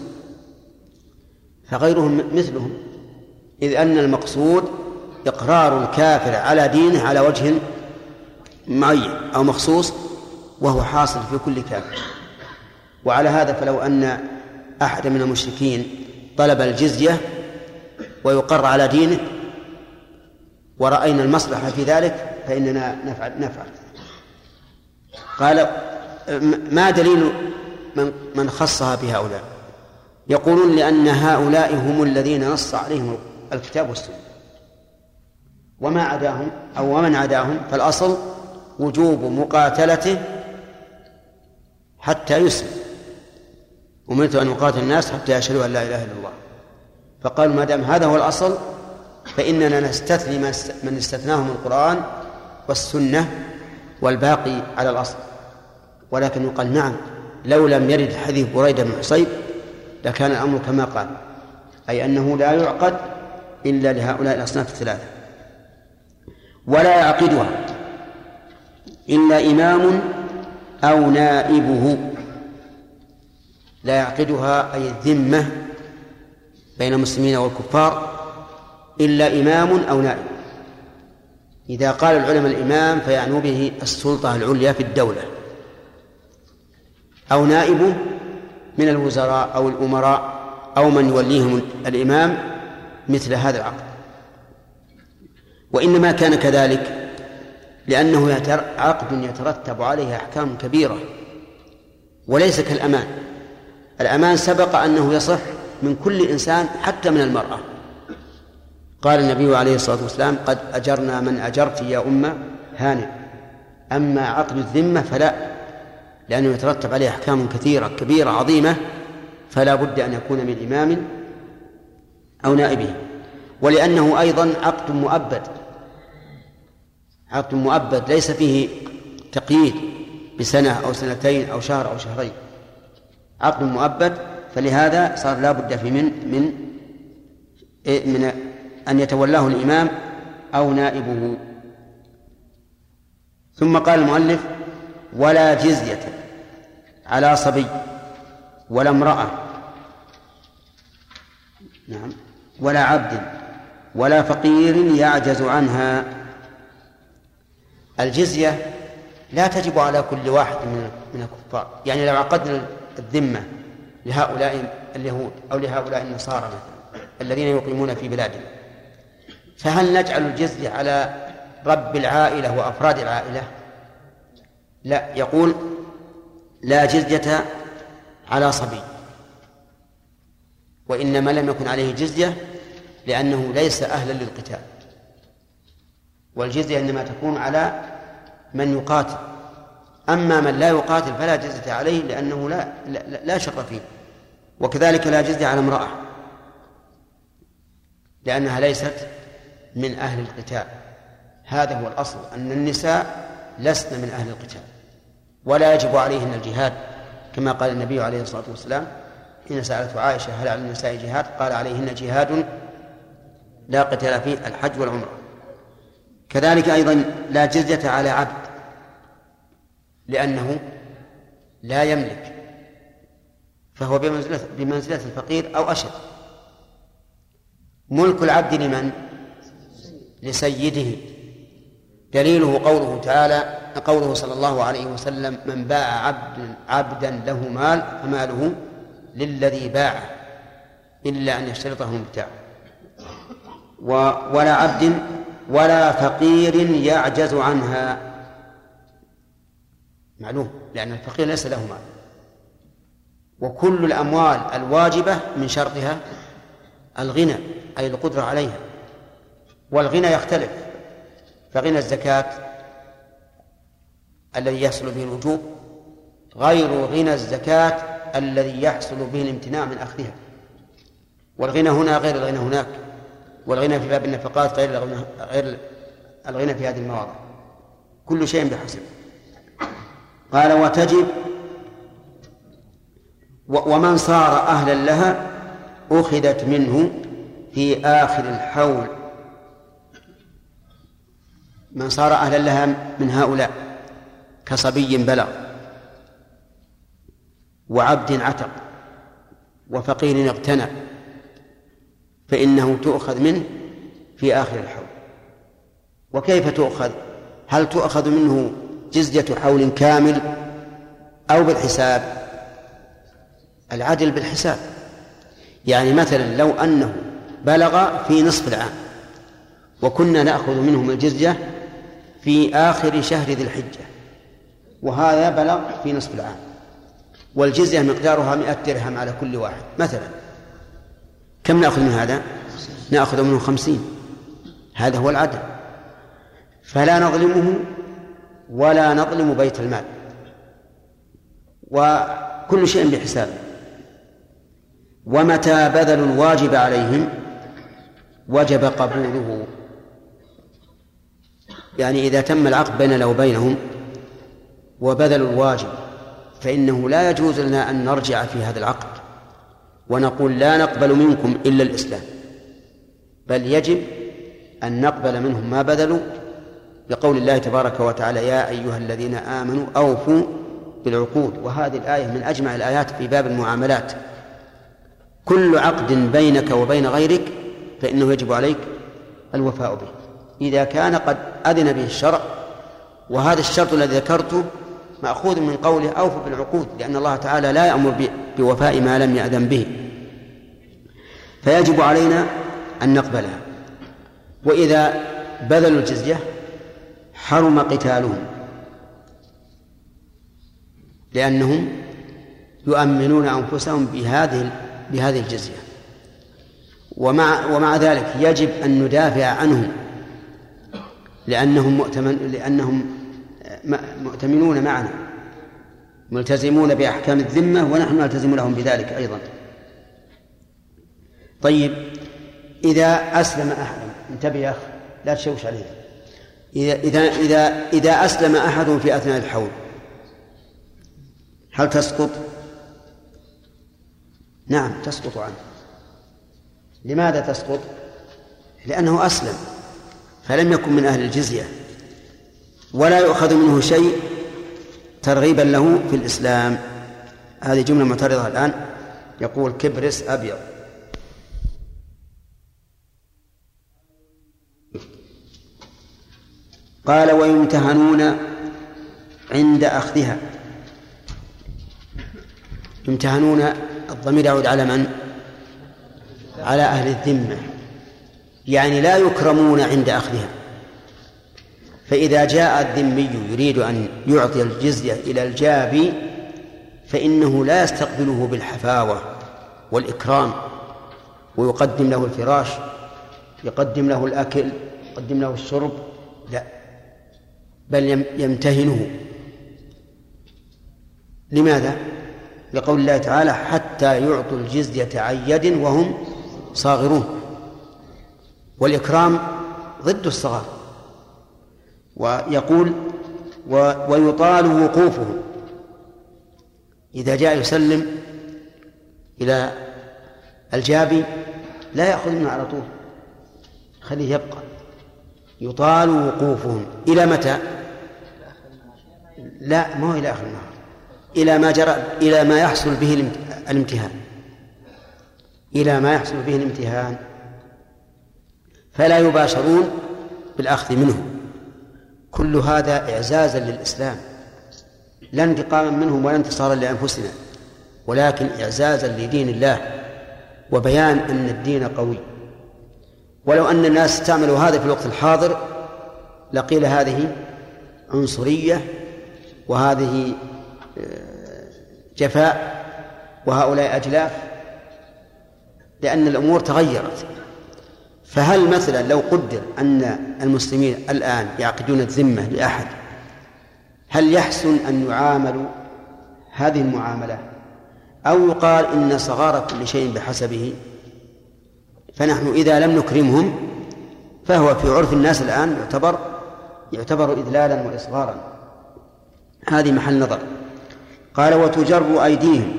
فغيرهم مثلهم، إذ أن المقصود إقرار الكافر على دينه على وجه معين أو مخصوص، وهو حاصل في كل كافر. وعلى هذا فلو أن أحد من المشركين طلب الجزية ويقر على دينه ورأينا المصلحة في ذلك فإننا نفعل نفعل. قال ما دليل من من خصها بهؤلاء؟ يقولون لأن هؤلاء هم الذين نص عليهم الكتاب والسنة، وما عداهم أو ومن عداهم فالأصل وجوب مقاتلته حتى يسلم. أمرت أن أقاتل الناس حتى يشهدوا أن لا إله إلا الله. فقالوا ما دام هذا هو الأصل فإننا نستثني من استثناه من القرآن والسنة والباقي على الأصل. ولكن يقال نعم، لو لم يرد حديث بريدة بن حصيب لكان الأمر كما قال، أي أنه لا يعقد إلا لهؤلاء الأصناف الثلاثة. ولا يعقدها إلا إمام أو نائبه. لا يعقدها أي الذمة بين المسلمين والكفار إلا إمام أو نائب. إذا قال العلماء الإمام فيعنوا به السلطة العليا في الدولة، أو نائبه من الوزراء أو الأمراء أو من يوليهم الإمام مثل هذا العقد. وإنما كان كذلك لأنه عقد يترتب عليه أحكام كبيرة، وليس كالأمان. الأمان سبق أنه يصح من كل إنسان حتى من المرأة. قال النبي عليه الصلاة والسلام: قد أجرنا من أجرت يا أمة هانئ. أما عقد الذمة فلا، لأنه يترتب عليه أحكام كثيرة كبيرة عظيمة، فلا بد أن يكون من إمام أو نائبه. ولأنه أيضا عقد مؤبد، عقد مؤبد ليس فيه تقييد بسنة أو سنتين أو شهر أو شهرين، عقد مؤبد. فلهذا صار لا بد في من من من أن يتولاه الإمام أو نائبه. ثم قال المؤلف: ولا جزية على صبي ولا امرأة، نعم، ولا عبد ولا فقير يعجز عنها. الجزية لا تجب على كل واحد من الكفار. يعني لو عقدنا الذمة لهؤلاء اليهود أو لهؤلاء النصارى مثلا الذين يقيمون في بلادنا، فهل نجعل الجزية على رب العائلة وأفراد العائلة؟ لا، يقول: لا جزية على صبي، وإنما لم يكن عليه جزية لأنه ليس أهلا للقتال، والجزية إنما تكون على من يقاتل. أما من لا يقاتل فلا جزية عليه لأنه لا, لا, لا شر فيه. وكذلك لا جزية على امرأة لأنها ليست من أهل القتال. هذا هو الأصل، أن النساء لسن من أهل القتال ولا يجب عليهن الجهاد، كما قال النبي عليه الصلاة والسلام حين سألته عائشة: هل على النساء جهاد؟ قال: عليهن جهاد لا قتال فيه، الحج والعمرة. كذلك أيضا لا جزية على عبد لأنه لا يملك، فهو بمنزلة, بمنزلة الفقير أو أشد. ملك العبد لمن؟ لسيده. دليله قوله تعالى قوله صلى الله عليه وسلم: من باع عبد عبدا له مال فماله للذي باعه إلا أن يشترطه المبتاع. ولا عبد ولا فقير يعجز عنها، معلوم، لأن الفقير ليس له مال. وكل الأموال الواجبة من شرطها الغنى، أي القدرة عليها. والغنى يختلف، فغنى الزكاة الذي يحصل به الوجوب غير غنى الزكاة الذي يحصل به الامتناع من أخذها. والغنى هنا غير الغنى هناك، والغنى في باب النفقات غير الغنى, غير الغنى في هذه المواضع. كل شيء بحسب. قال: وتجب ومن صار أهلا لها أخذت منه في آخر الحول. من صار أهلا لها من هؤلاء كصبي بلغ وعبد عتق وفقير اغتنى فإنه تؤخذ منه في آخر الحول. وكيف تؤخذ؟ هل تؤخذ منه جزية حول كامل أو بالحساب؟ العدل بالحساب. يعني مثلا لو أنه بلغ في نصف العام وكنا نأخذ منهم الجزية في آخر شهر ذي الحجة، وهذا بلغ في نصف العام، والجزية مقدارها مئة درهم على كل واحد مثلا، كم نأخذ من هذا؟ نأخذ منه خمسين. هذا هو العدل. فلا نظلمه ولا نظلم بيت المال، وكل شيء بحساب. ومتى بذلوا الواجب عليهم وجب قبوله. يعني إذا تم العقد بيننا وبينهم وبذلوا الواجب فإنه لا يجوز لنا أن نرجع في هذا العقد ونقول لا نقبل منكم إلا الإسلام، بل يجب أن نقبل منهم ما بذلوا، بقول الله تبارك وتعالى: يا أيها الذين آمنوا أوفوا بالعقود. وهذه الآية من أجمع الآيات في باب المعاملات، كل عقد بينك وبين غيرك فإنه يجب عليك الوفاء به إذا كان قد أذن به الشرع، وهذا الشرط الذي ذكرته مأخوذ من قوله أوفوا بالعقود، لأن الله تعالى لا يأمر بوفاء ما لم يأذن به، فيجب علينا أن نقبلها. وإذا بذلوا الجزية حرم قتالهم، لأنهم يؤمنون أنفسهم بهذه بهذه الجزية. ومع ومع ذلك يجب أن ندافع عنهم، لأنهم مؤتمن لأنهم مؤتمنون معنا، ملتزمون بأحكام الذمة، ونحن نلتزم لهم بذلك أيضا. طيب، إذا أسلم أحد، انتبه يا أخي لا تشوش عليه، إذا إذا إذا إذا أسلم أحد في أثناء الحول هل تسقط؟ نعم تسقط عنه. لماذا تسقط؟ لأنه أسلم فلم يكن من أهل الجزية، ولا يؤخذ منه شيء ترغيبا له في الإسلام. هذه جملة معترضة الآن، يقول كبرس أبيض. قال ويمتهنون عند أخذها. يمتهنون الضمير يعود على من؟ على أهل الذمة، يعني لا يكرمون عند أخذها. فإذا جاء الذمي يريد أن يعطي الجزية إلى الجابي فإنه لا يستقبله بالحفاوة والإكرام ويقدم له الفراش، يقدم له الأكل، يقدم له الشرب، لا، بل يمتهنه. لماذا؟ لقول الله تعالى حتى يعطوا الجزية عن يد وهم صاغرون، والإكرام ضد الصغار. ويقول ويطال وقوفه، إذا جاء يسلم إلى الجابي لا يأخذ منه على طول، خليه يبقى، يطال وقوفهم. إلى متى؟ لا، ما هو إلى آخر النهار، إلى ما جرى، إلى ما يحصل به الامتهان، إلى ما يحصل به الامتهان، فلا يباشرون بالأخذ منه. كل هذا إعزازا للإسلام، لا انتقاما منهم ولا انتصارا لأنفسنا، ولكن إعزازا لدين الله وبيان أن الدين قوي. ولو أن الناس استعملوا هذا في الوقت الحاضر لقيل هذه عنصرية، وهذه جفاء، وهؤلاء أجلاف، لأن الأمور تغيرت. فهل مثلا لو قدر أن المسلمين الآن يعقدون الذمة لأحد، هل يحسن أن يعاملوا هذه المعاملة، أو يقال إن صغار كل شيء بحسبه؟ فنحن إذا لم نكرمهم فهو في عرف الناس الآن يعتبر يعتبر إذلالا وإصغارا. هذه محل نظر. قال وتجر أيديهم.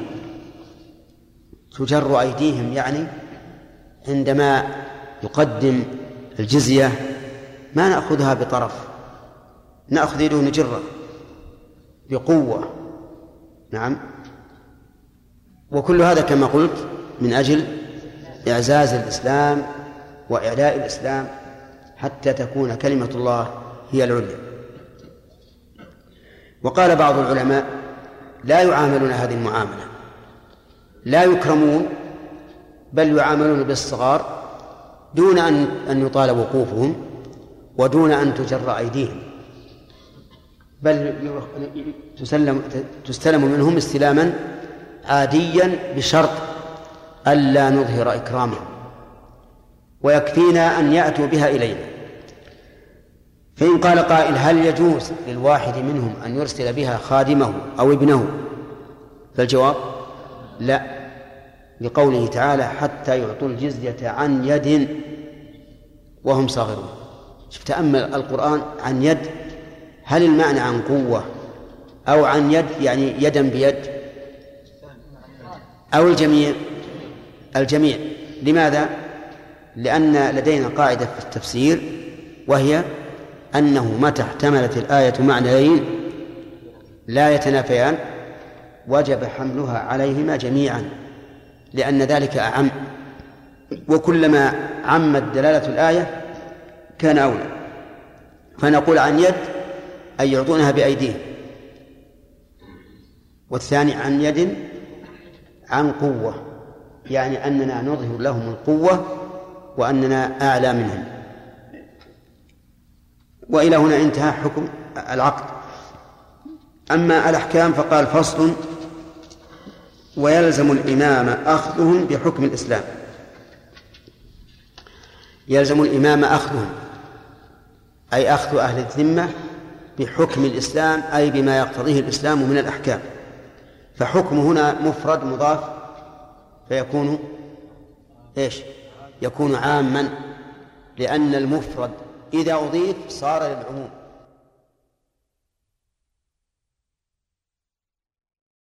تجر أيديهم يعني عندما يقدم الجزية ما نأخذها بطرف، نأخذ يده نجرة بقوة. نعم. وكل هذا كما قلت من أجل إعزاز الإسلام وإعلاء الإسلام حتى تكون كلمة الله هي العليا. وقال بعض العلماء لا يعاملون هذه المعاملة، لا يكرمون، بل يعاملون بالصغار دون أن أن يطال وقوفهم ودون أن تجر أيديهم، بل تسلم تستلم منهم استلاما عاديا بشرط ألا نظهر إكرامهم، ويكفينا أن يأتوا بها إلينا. فإن قال قائل هل يجوز للواحد منهم أن يرسل بها خادمه أو ابنه؟ فالجواب لا، لقوله تعالى حتى يعطوا الجزية عن يد وهم صاغرون. شوف تأمل القرآن، عن يد، هل المعنى عن قوة أو عن يد يعني يدا بيد أو الجميع؟ الجميع. لماذا؟ لأن لدينا قاعدة في التفسير وهي أنه متى احتملت الآية معنيين لا يتنافيان وجب حملها عليهما جميعا، لأن ذلك أعم، وكلما عمت دلالة الآية كان أولى. فنقول عن يد أن يعطونها بأيديهم، والثاني عن يد عن قوة، يعني أننا نظهر لهم القوة وأننا أعلى منهم. وإلى هنا انتهى حكم العقد. أما الأحكام فقال فصل: ويلزم الإمام أخذهم بحكم الإسلام. يلزم الإمام أخذهم أي أخذ أهل الذمة بحكم الإسلام، أي بما يقتضيه الإسلام من الأحكام. فحكم هنا مفرد مضاف فيكون إيش؟ يكون عاما، لأن المفرد إذا أضيف صار للعموم.